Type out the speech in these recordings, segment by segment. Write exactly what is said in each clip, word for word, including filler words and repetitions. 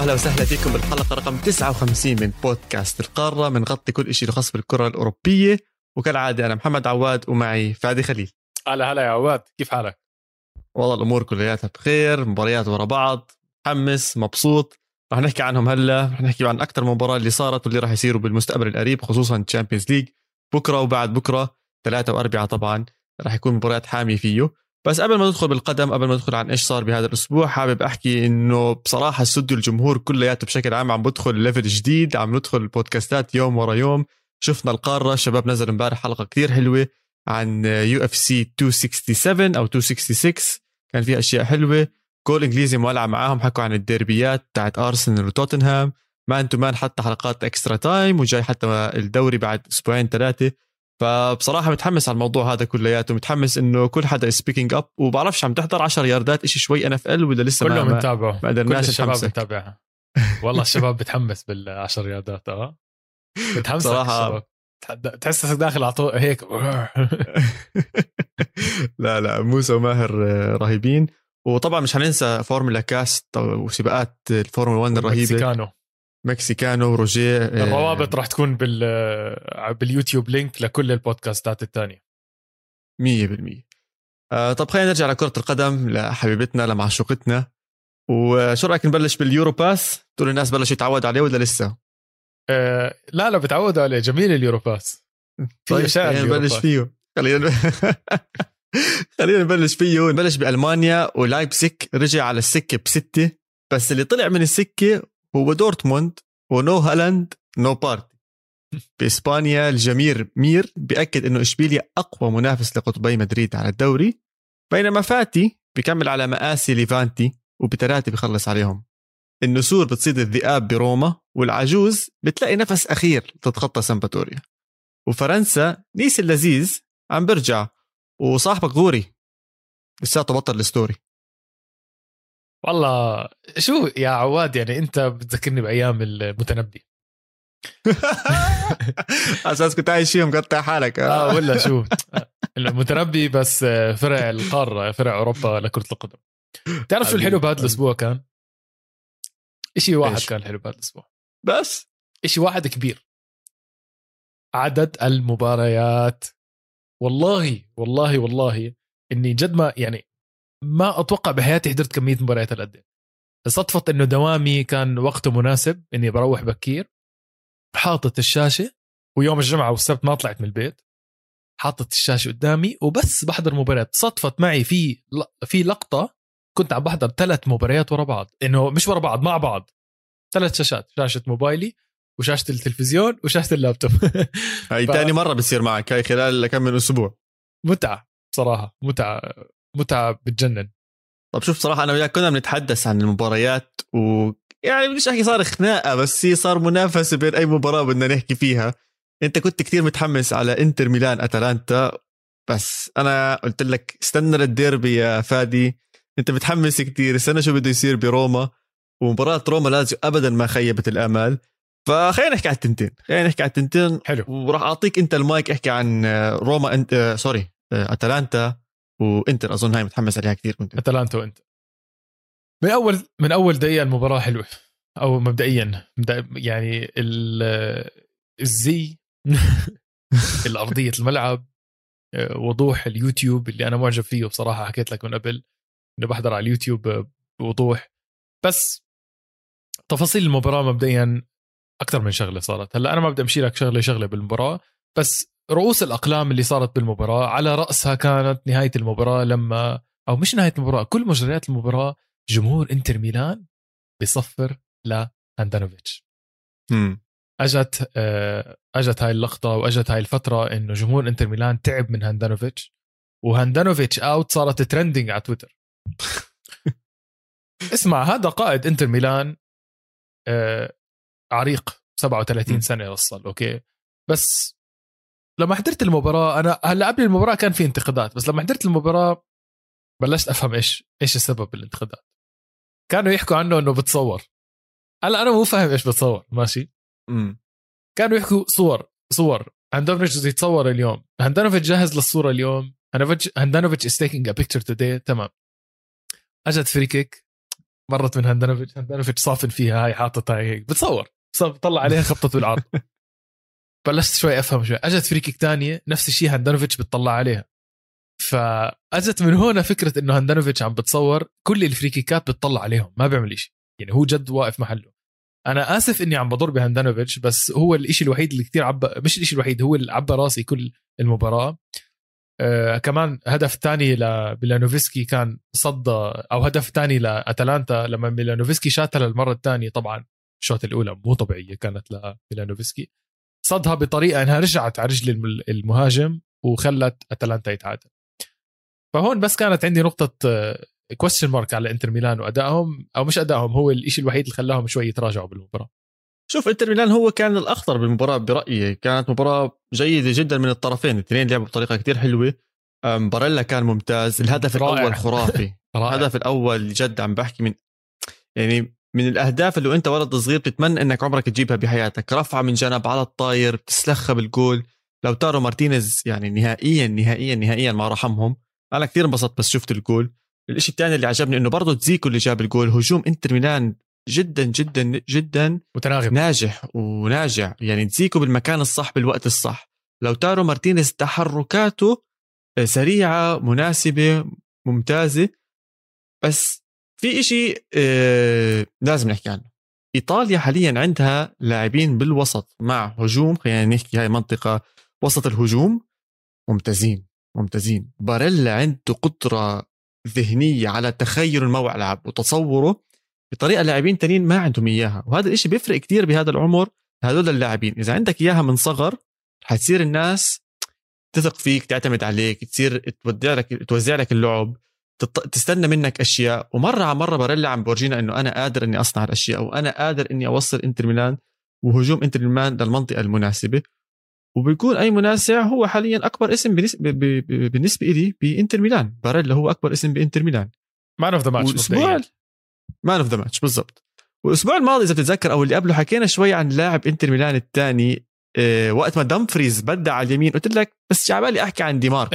أهلا وسهلا فيكم بالحلقة رقم تسعة وخمسين من بودكاست القارة. بنغطي كل إشي خاص بالكرة الأوروبية، وكالعادة أنا محمد عواد ومعي فادي خليل. هلا هلا يا عواد، كيف حالك؟ والله الأمور كلياتها بخير، مباريات ورا بعض، محمس مبسوط. رح نحكي عنهم هلا، رح نحكي عن أكتر مباراة اللي صارت واللي رح يصيروا بالمستقبل القريب، خصوصا تشامبيونز ليج بكرة وبعد بكرة ثلاثة وأربعة. طبعا رح يكون مباريات حامية فيه. بس قبل ما ندخل بالقدم، قبل ما ندخل عن إيش صار بهذا الأسبوع، حابب أحكي إنه بصراحة استوديو الجمهور كلياته بشكل عام عم بدخل ليفل جديد، عم ندخل البودكاستات يوم ورا يوم. شفنا القارة، الشباب نزل امبارح حلقة كتير حلوة عن يو اف سي مئتين وسبعة وستين أو مئتين وستة وستين، كان فيها أشياء حلوة. جول إنجليزي مولع معاهم، حكوا عن الديربيات تاعت أرسنال وتوتنهام. مان تو مان حتى حلقات اكسترا تايم، وجاي حتى الدوري بعد أسبوعين ثلاثة. فبصراحة متحمس على الموضوع هذا كلياته، متحمس إنه كل حدا سبيكينج أب. وبعرفش عم تحضر عشر ياردات إشي شوي إن اف إل ولا لسه؟ كله متابعه، ما كل الشباب متابعها. والله الشباب بتحمس بالعشر ياردات. اه بتحمس صراحة، تحسسك داخل عطو هيك. لا لا موسى وماهر رهيبين. وطبعا مش هننسى فورمولا كاست وسباقات الفورمولا واحد الرهيبة، مكسيكانو مكسيكانو وروجيه. الروابط راح تكون بال باليوتيوب، لينك لكل البودكاستات الثانية مية بالمية. آه طب خلينا نرجع لكرة القدم، لحبيبتنا لمعشوقتنا. وشو رأيك نبلش باليورو باس؟ تقول الناس بلش يتعود عليه ولا لسه؟ آه لا لا بتعودوا عليه، جميل اليورو باس. طيب خلينا نبلش فيه. خلينا خلينا نبلش فيه. نبلش بألمانيا، ولايبسك رجع على السكة بستة، بس اللي طلع من السكة هو دورتموند، ونو هالاند نو بارتي. بإسبانيا الجمير مير بيأكد إنه إشبيليا أقوى منافس لقطبي مدريد على الدوري، بينما فاتي بيكمل على مقاسي ليفانتي وبتلاتة بيخلص عليهم. النسور بتصيد الذئاب بروما، والعجوز بتلاقي نفس أخير تتخطى سامباتوريا. وفرنسا نيس اللذيذ عم برجع، وصاحبك غوري لساته بطل الستوري. والله شو يا عواد، يعني انت بتذكرني بايام المتنبي. اساس كنت عايش فيهم قطع حالك. اه ولا شو المتنبي، بس فرع القاره، فرع اوروبا لكره القدم. تعرف شو الحلو بهذا الاسبوع؟ كان اشي واحد إيش؟ كان حلو بهذا الاسبوع، بس اشي واحد كبير: عدد المباريات. والله والله والله اني جد ما يعني ما اتوقع بحياتي حضرت كميه مباريات هالقد. صدفت انه دوامي كان وقته مناسب، اني بروح بكير، حاطط الشاشه، ويوم الجمعه والسبت ما طلعت من البيت، حاطط الشاشه قدامي وبس بحضر مباريات. صدفت معي في في لقطه كنت عم بحضر ثلاث مباريات ورا بعض، انه مش ورا بعض، مع بعض، ثلاث شاشات، شاشه موبايلي وشاشه التلفزيون وشاشه اللابتوب. هاي ف... تاني مره بصير معك هاي خلال كم من اسبوع. متعه صراحه، متعه متعه بتجنن. طب شوف، صراحه انا وياك كنا بنتحدث عن المباريات، ويعني بديش احكي صار خناقه، بس هي صار منافسه بين اي مباراه بدنا نحكي فيها. انت كنت كتير متحمس على انتر ميلان اتلانتا، بس انا قلت لك استنى للديربي يا فادي. انت متحمس كتير، استنى شو بده يصير بروما. ومباراه روما لازم ابدا ما خيبت الامال. فخلينا نحكي على التنتين، خلينا نحكي على التنتين. حلو. وراح اعطيك انت المايك، احكي عن روما انت آه سوري آه اتلانتا وانتر. اظن هاي متحمس عليها كتير كنت. اتلانتا وانتر من اول من اول دقيقه المباراه حلوه، او مبدئيا يعني الزي الارضيه الملعب، وضوح اليوتيوب اللي انا معجب فيه بصراحه. حكيت لك من قبل انه بحضر على اليوتيوب بوضوح، بس تفاصيل المباراه مبدئيا اكثر من شغله صارت. هلا انا ما بدي امشي لك شغله شغله بالمباراه، بس رؤوس الاقلام اللي صارت بالمباراه على راسها كانت نهايه المباراه، لما او مش نهايه المباراه، كل مجريات المباراه جمهور انتر ميلان بيصفر لهاندانوفيتش. امم اجت اجت هاي اللقطه واجت هاي الفتره انه جمهور انتر ميلان تعب من هاندانوفيتش، وهاندانوفيتش اوت صارت ترندنج على تويتر. اسمع، هذا قائد انتر ميلان عريق، سبعة وثلاثين سنه وصل، اوكي، بس لما حضرت المباراه، انا هلا قبل المباراه كان في انتقادات، بس لما حضرت المباراه بلشت افهم ايش ايش السبب بالانتقادات. كانوا يحكوا عنه انه بتصور. هلا انا مو فاهم ايش بتصور، ماشي. امم كانوا يحكوا صور صور هاندانوفيتش يتصور اليوم، هاندانوفيتش جاهز للصوره اليوم، هاندانوفيتش is taking a picture today. تمام. اجت فري كيك، مرت من هاندانوفيتش هاندانوفيتش صافن فيها هاي حاطتها هيك بتصور طلع عليها خبطت بالعرض. بلشت شوي افهم شوي اجت فريكيك تانية نفس الشيء هاندانوفيتش بتطلع عليها. فاجت من هنا فكره انه هاندانوفيتش عم بتصور كل الفريكيكات بتطلع عليهم ما بيعمل شيء يعني هو جد واقف محله. انا اسف اني عم بضر بهاندانوفيتش بس هو الاشي الوحيد اللي كتير عبى مش الاشي الوحيد هو اللي عبى راسي كل المباراه. آه كمان هدف تاني لميلانوفسكي كان صد او هدف تاني لاتلانتا لما ميلانوفسكي شاتها للمره الثانيه. طبعا الشوط الاولى مو طبيعيه كانت لميلانوفسكي صدها بطريقه انها رجعت على رجل المهاجم وخلت اتلانتا يتعادل. فهون بس كانت عندي نقطه كويستشن مارك على انتر ميلان وادائهم او مش ادائهم هو الشيء الوحيد اللي خلاهم شوي يتراجعوا بالمباراه. شوف انتر ميلان هو كان الاخطر بالمباراه برايي. كانت مباراه جيده جدا من الطرفين الاثنين لعبوا بطريقه كتير حلوه. باريلا كان ممتاز. الهدف رائع. الاول خرافي. الهدف الاول جد عم بحكي من يعني من الاهداف اللي انت ولد صغير بتتمنى انك عمرك تجيبها بحياتك. رفعه من جنب على الطاير بتسلخها بالجول. لو تارو مارتينيز يعني نهائيا نهائيا نهائيا ما رحمهم. انا كثير انبسطت بس شفت الجول. الاشي الثاني اللي عجبني انه برضه تزيكو اللي جاب الجول. هجوم انتر ميلان جدا جدا جدا متناغم ناجح وناجع يعني تزيكو بالمكان الصح بالوقت الصح. لو تارو مارتينيز تحركاته سريعة مناسبة ممتازة. بس في اشي آه لازم نحكي عنه. إيطاليا حاليا عندها لاعبين بالوسط مع هجوم خلينا نحكي هاي منطقة وسط الهجوم ممتازين ممتازين. باريلا عنده قدرة ذهنية على تخيل الملعب وتصوره بطريقة لاعبين تانيين ما عندهم إياها. وهذا الاشي بيفرق كتير بهذا العمر. هذول اللاعبين إذا عندك إياها من صغر حتصير الناس تثق فيك تعتمد عليك تصير توزع لك توزع لك اللعب تستنى منك أشياء. ومرة على مرة باريلا عم بورجينا إنه أنا قادر إني أصنع الأشياء وأنا قادر إني أوصل إنتر ميلان وهجوم إنتر ميلان للمنطقة المناسبة. وبيكون أي منازع هو حاليا أكبر اسم بالنسبة بالنسبة إلي بإنتر ميلان. باريلا هو أكبر اسم بإنتر ميلان. مان اوف ذا ماتش. والأسبوع مان اوف ذا ماتش بالضبط. والأسبوع الماضي إذا بتتذكر أو اللي قبله حكينا شوي عن لاعب إنتر ميلان الثاني إيه وقت ما دامفريز بدع على اليمين قلت لك بس جعبالي أحكي عن ديمار.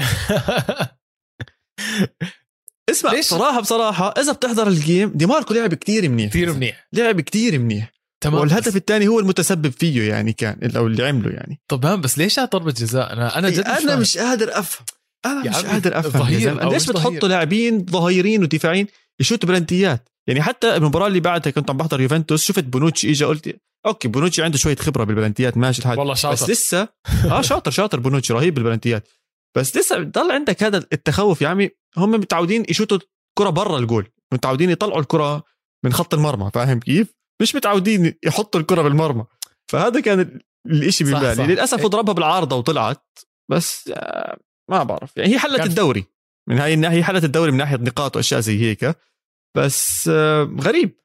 اسمع ليش؟ صراحة بصراحة إذا بتحضر الجيم ديماركو لعب كتير منيح كتير منيح لعب كتير منيح تمام. والهدف الثاني هو المتسبب فيه يعني كان أو اللي عمله يعني. طبعا بس ليش على ضربة جزاء؟ أنا أنا جد أنا مش قادر أفهم. أنا مش قادر أفهم ليش بتحطوا لاعبين ظهيرين ودفاعين يشوتوا بلنتيات. يعني حتى المباراة اللي بعدها كنت عم بحضر يوفنتوس شفت بونوتشي إجا قلت أوكي بونوتشي عنده شوية خبرة بالبلنتيات ماشي الحال والله شاطر. بس لسه آه شاطر شاطر بونوتشي رهيب بالبلنتيات بس لسه ضل عندك هذا التخوف يا عمي. هم متعودين يشوتوا كرة برا الجول متعودين يطلعوا الكرة من خط المرمى فاهم كيف مش متعودين يحطوا الكرة بالمرمى. فهذا كان الاشي ببالي للأسف ضربها بالعارضة وطلعت بس ما بعرف يعني هي حلت الدوري من هاي الناحية هي حلت الدوري من ناحية نقاط وأشياء زي هيك بس غريب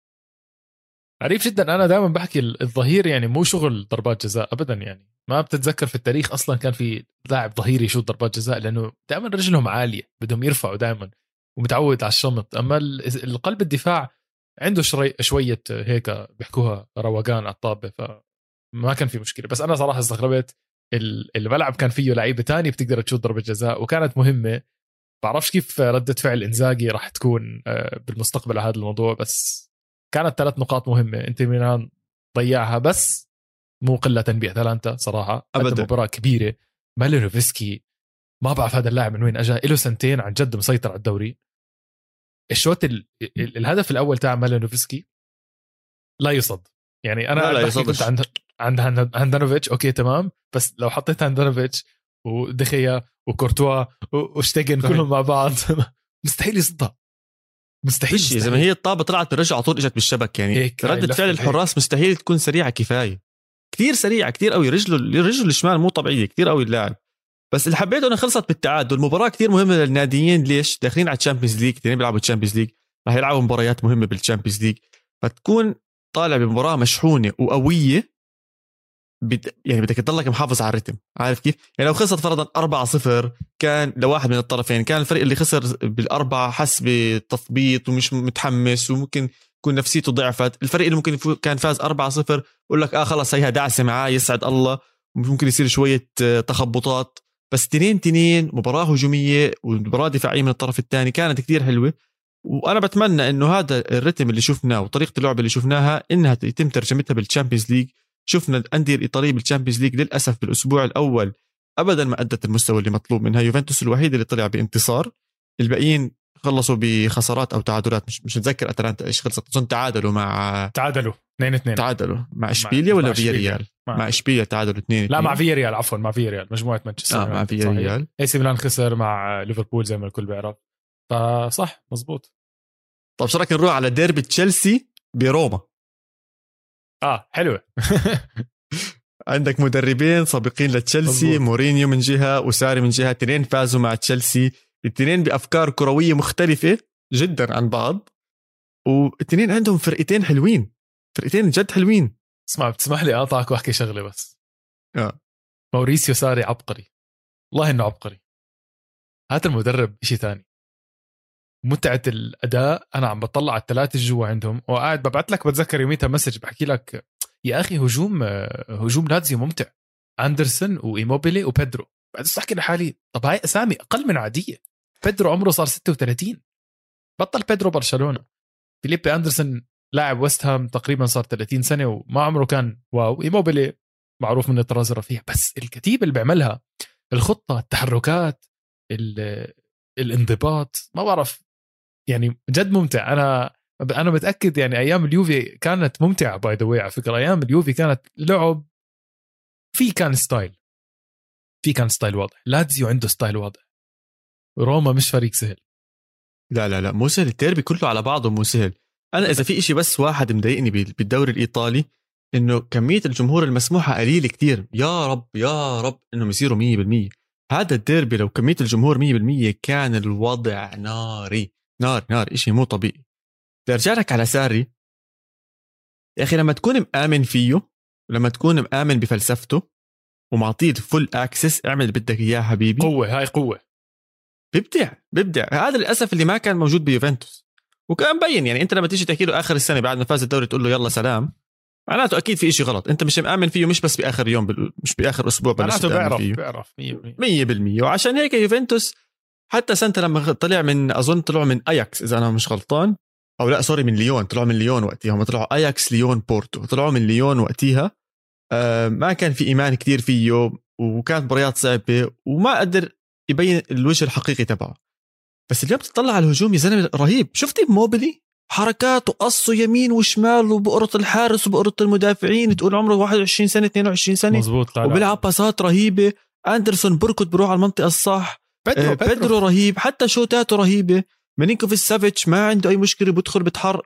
غريب جدا. أنا دائما بحكي الظهير يعني مو شغل ضربات جزاء أبدا يعني ما بتتذكر في التاريخ أصلا كان في لاعب ظهير يشوط ضربات جزاء لأنه دائما رجلهم عالية بدهم يرفعوا دائما ومتعود على الشمط. أما القلب الدفاع عنده شوي شوية هيك بيحكوها روقان على الطابة فما كان في مشكلة. بس أنا صراحة استغربت الملعب كان فيه لعيبة تاني بتقدر تشوط ضربة جزاء وكانت مهمة. بعرفش كيف ردة فعل إنزاغي راح تكون بالمستقبل على هذا الموضوع بس كانت ثلاث نقاط مهمة. انتر ميلان ضيعها بس مو قلة بأتلانتا صراحة أبدا. مباراة كبيرة. مالينوفسكي ما بعرف هذا اللاعب من وين أجا له سنتين عن جد مسيطر على الدوري. الشوط ال... الهدف الأول تاع مالينوفسكي لا يصد يعني أنا لا لا كنت عند عند هاندانوفيتش أوكي تمام بس لو حطيت هاندانوفيتش ودخيا وكورتوا وشتيجن كلهم مع بعض مستحيل يصدها مستحيل, مستحيل. زي ما هي الطابة طلعت بالرجع على طول اجت بالشبك يعني ردة فعل الحراس هيك. مستحيل تكون سريعة كفاية كتير سريعة كتير قوي رجله رجله الشمال مو طبيعية كتير قوي اللاعب. بس اللي حبيته انه خلصت بالتعادل. المباراة كتير مهمة للناديين ليش داخلين على الشامبيونز ليج اثنين بيلعبوا الشامبيونز ليج راح يلعبوا مباريات مهمة بالشامبيونز ليج فتكون طالع بمباراة مشحونة وقوية بد... يعني بدك تضلك محافظ على الرتم عارف كيف يعني لو خسرت فرضا أربعة صفر كان لواحد من الطرفين كان الفريق اللي خسر بالأربعة حس بتثبيط ومش متحمس وممكن يكون نفسيته ضعفت. الفريق اللي ممكن يفو... كان فاز أربعة صفر يقول لك آه خلاص هيها دعسة معاه يسعد الله ممكن يصير شوية تخبطات. بس تنين تنين مباراة هجومية ومباراة دفاعية من الطرف الثاني كانت كتير حلوة. وانا بتمنى انه هذا الرتم اللي شفناه وطريقه اللعب اللي شفناها انها يتم ترجمتها بالتشامبيونز ليج. شفنا الانديه الايطاليه بالتشامبيونز ليج للاسف بالاسبوع الاول ابدا ما ادت المستوى اللي مطلوب منها. يوفنتوس الوحيد اللي طلع بانتصار، الباقيين خلصوا بخسارات او تعادلات. مش مش متذكر اتلانتا ايش خلصت، اظن تعادلوا مع تعادلوا اثنين اثنين تعادلوا مع اشبيليا ولا فيا ريال مع, مع اشبيليا تعادلوا اثنين. لا مع فيا ريال عفوا مع فيا ريال مجموعه مانشستر آه مع فيا ريال. اي سي ميلان خسر مع ليفربول زي ما الكل بيعرف. فصح مزبوط. طب شو رايك نروح على ديربي تشيلسي بروما؟ اه حلوه. عندك مدربين سابقين لتشيلسي، مورينيو من جهه وساري من جهه، اثنين فازوا مع تشيلسي، الاثنين بافكار كرويه مختلفه جدا عن بعض، والاثنين عندهم فرقتين حلوين، فرقتين جد حلوين. اسمع بتسمح لي اقطعك واحكي شغله بس؟ اه موريسيو ساري عبقري، والله انه عبقري. هذا المدرب شيء ثاني، متعه الاداء. انا عم بطلع على الثلاثه جوا عندهم وقاعد ببعث لك، بتذكر يوميتها مسج بحكي لك يا اخي هجوم هجوم لاتزيو ممتع، اندرسون وايموبيلي وبيدرو. بعد استحكي لحالي طب هاي اسامي اقل من عاديه. بيدرو عمره صار ستة وثلاثين، بطل بيدرو برشلونه. فيليبي اندرسون لاعب ويست هام تقريبا صار ثلاثين سنه وما عمره كان واو. ايموبيلي معروف من الطراز الرفيع، بس الكتيبه اللي بيعملها، الخطه، التحركات، الانضباط، ما بعرف يعني جد ممتع. انا انا متاكد يعني ايام اليوفي كانت ممتعه باي ذا واي. على فكره ايام اليوفي كانت لعب في كان ستايل في كان ستايل واضح. لاتزيو عنده ستايل واضح. روما مش فريق سهل. لا لا لا مو سهل، التيربي كله على بعضه مو سهل. انا اذا في إشي بس واحد مضايقني بالدوري الايطالي انه كميه الجمهور المسموحه قليل كتير. يا رب يا رب انهم يصيروا مية بالمية. هذا الديربي لو كميه الجمهور مية بالمية كان الوضع ناري نار نار، إشي مو طبيعي. برجع لك على ساري يا اخي، لما تكون مآمن فيه ولما تكون مآمن بفلسفته ومعطيه فول اكسس، اعمل اللي بدك اياه حبيبي. قوه، هاي قوه، بيبدع بيبدع. هذا للاسف اللي ما كان موجود بيوفنتوس، وكان مبين. يعني انت لما تيجي تحكي له اخر السنه بعد ما فاز الدوري تقول له يلا سلام، معناته اكيد في إشي غلط. انت مش مآمن فيه، مش بس باخر يوم بال... مش باخر اسبوع معناته بيعرف بيعرف مية بالمية. وعشان هيك يوفنتوس حتى سنة لما طلع من أظن طلعوا من أياكس إذا أنا مش غلطان، أو لا سوري من ليون، طلعوا من ليون وقتها. هم طلعوا أياكس ليون بورتو، طلعوا من ليون وقتها. آه ما كان في إيمان كتير فيه، وكانت مباريات صعبة وما قدر يبين الوجه الحقيقي تبعه. بس اليوم تطلع على الهجوم يا زلمة رهيب. شفتي موبيلي حركات وقصه يمين وشمال وبقرط الحارس وبقرط المدافعين، تقول عمره واحد وعشرين سنة اثنين وعشرين سنة مزبوط، وبيلعب باسات رهيبة. أندرسون بركض بروح على المنطقة الصح. بيدرو, آه بيدرو, بيدرو رهيب، حتى شوتاته رهيبة. ميلينكوفيتش سافيتش ما عنده أي مشكلة، بدخل بتحر.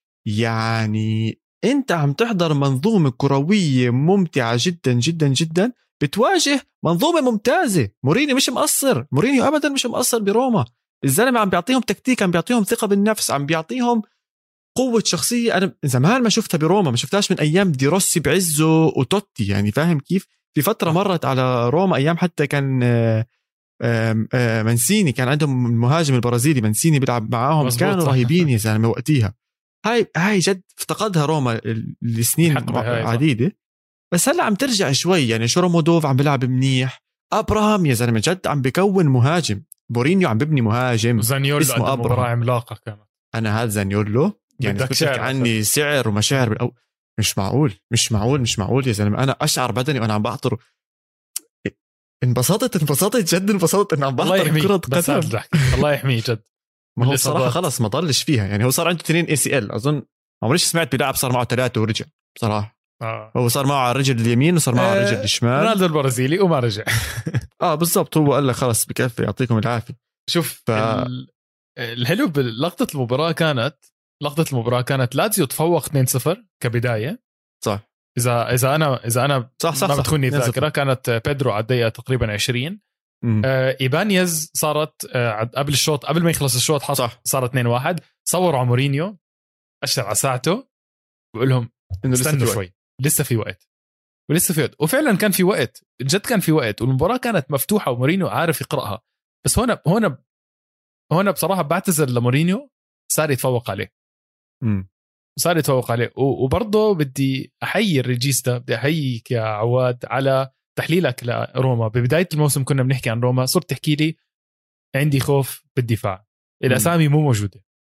يعني أنت عم تحضر منظومة كروية ممتعة جدا جدا جدا، بتواجه منظومة ممتازة. مورينيو مش مقصر، مورينيو أبدا مش مقصر بروما. الزلمة عم بيعطيهم تكتيك، عم بيعطيهم ثقة بالنفس، عم بيعطيهم قوة شخصية. أنا زمان ما شفتها بروما، ما شفتهاش من أيام دي روسي بعزه وتوتي. يعني فاهم كيف؟ في فترة مرت على روما أيام حتى كان مانسيني، كان عندهم المهاجم البرازيلي مانسيني بيلعب معاهم، كانوا رهيبين يا زلمة وقتيها. هاي هاي جد افتقدها روما لسنين عديدة، بس هلا عم ترجع شوي. يعني شورومودوف عم بيلعب منيح، أبراهام يا زلمة جد عم بيكون مهاجم، بورينيو عم ببني مهاجم اسمه أبراهام. عملاقة كانت. أنا هذا زانيولو يعني بتحكي عني سعر ومشاعر بالأول. مش معقول مش معقول مش معقول يا زلمة. أنا أشعر بدني وأنا عم بحضر، انبسطت انبسطت جد انبسطت إن عم بحضر كرة قدم. الله يحميه جد. ما هو بصراحة خلص ما ضلش فيها. يعني هو صار عنده اثنين اي سي ال أظن، عمريش سمعت بلاعب صار معه ثلاثة ورجع بصراحة. آه. هو صار معه على الرجل اليمين وصار معه على الرجل الشمال. رونالدو البرازيلي وما رجع. اه بالضبط، هو قال لك خلص بكفي يعطيكم العافية. شوف ف... ال... الحلو بلقطة المباراة كانت لقطة المباراة كانت لاتزيو تفوق اثنين صفر كبداية، صح. إذا إذا أنا إذا أنا صح صح ما بتخوني الذاكرة، كانت بيدرو على الدقيقة تقريبا عشرين. آه إيبانيز صارت آه قبل الشوط، قبل ما يخلص الشوط حصل صارت اثنين واحد. صوروا على مورينيو أشتر على ساعته بقول لهم إنه استنوا شوي، لسه في وقت ولسه في وقت. وفعلا كان في وقت، جد كان في وقت، والمباراة كانت مفتوحة ومورينيو عارف يقرأها. بس هنا هنا هنا بصراحة بعتذر لمورينيو، صار يتفوق عليه امم صار يتفوق عليه. وبرضه بدي أحيي الريجيستا، بدي أحييك يا عواد على تحليلك لروما. ببداية الموسم كنا بنحكي عن روما، صرت تحكي لي عندي خوف بالدفاع، الأسامي مو موجودة.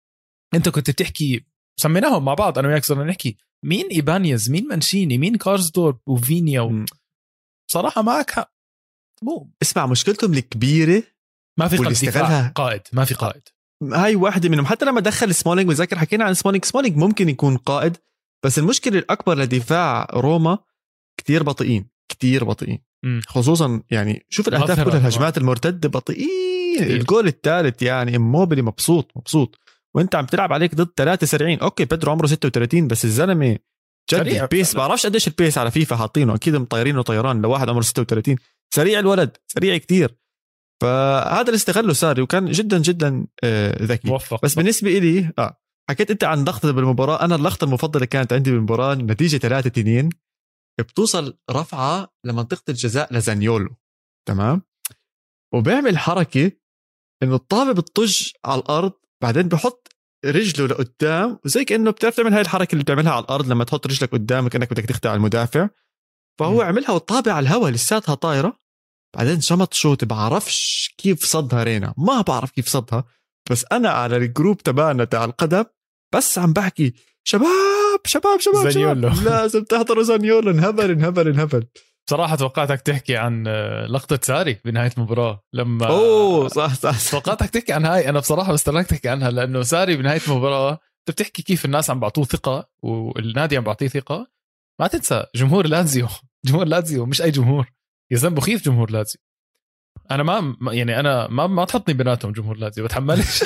انت كنت بتحكي سميناهم مع بعض انا وياك صرنا نحكي مين إيبانيز مين مانشيني مين كارزدورب وفينيا و... بصراحه معك حق. مو اسمع مشكلتهم الكبيره ما في واللي استغلها قائد ما في قائد. هاي واحدة منهم. حتى لما دخل سمولينج وذاكر حكينا عن سمولينج سمولينج ممكن يكون قائد بس المشكلة الأكبر لدفاع روما كتير بطيئين كتير بطيئين م. خصوصا يعني شوف الأهداف كلها الهجمات المرتدة بطيئين. الجول الثالث يعني إموبيلي مبسوط مبسوط وانت عم تلعب عليك ضد ثلاثة سريعين. اوكي بيدرو عمره ستة وثلاثين بس الزلمة جد البيس بعرفش قديش البيس على فيفا حاطينه اكيد مطيرينه طيران لواحد عمره ستة وثلاثين سريع الولد سريع كتير. فهذا اللي استغله ساري وكان جدا جدا ذكي موفق. بس بالنسبة إلي آه حكيت أنت عن ضغط بالمباراة. أنا اللقطة المفضلة كانت عندي بالمباراة نتيجة ثلاثة اثنين بتوصل رفعة لمنطقة الجزاء لزانيولو تمام وبيعمل حركة إنه الطابة بتطج على الأرض بعدين بحط رجله لقدام وزي كأنه بتعرف تعمل هاي الحركة اللي بتعملها على الأرض لما تحط رجلك قدامك كأنك بدك تخدع المدافع. فهو م. عملها والطابة على الهواء لساتها طايرة بعدين شمط شوت بعرفش كيف صدها رينا ما بعرف كيف صدها. بس أنا على الجروب تبعنا تاع القدم بس عم بحكي شباب شباب شباب, شباب لازم تحضروا زانيولو انهبل انهبل انهبل. بصراحة توقعتك تحكي عن لقطة ساري بنهاية المباراة لما أوه صح صح توقعتك تحكي عن هاي. أنا بصراحة بستناك تحكي عنها لأنه ساري بنهاية المباراة أنت بتحكي كيف الناس عم بعطوه ثقة والنادي عم بعطيه ثقة. ما تنسى جمهور لازيو جمهور لازيو مش أي جمهور يا زلمة بخيف جمهور لازيو. أنا ما يعني أنا ما ما تحطني بيناتهم جمهور لازيو بتحملش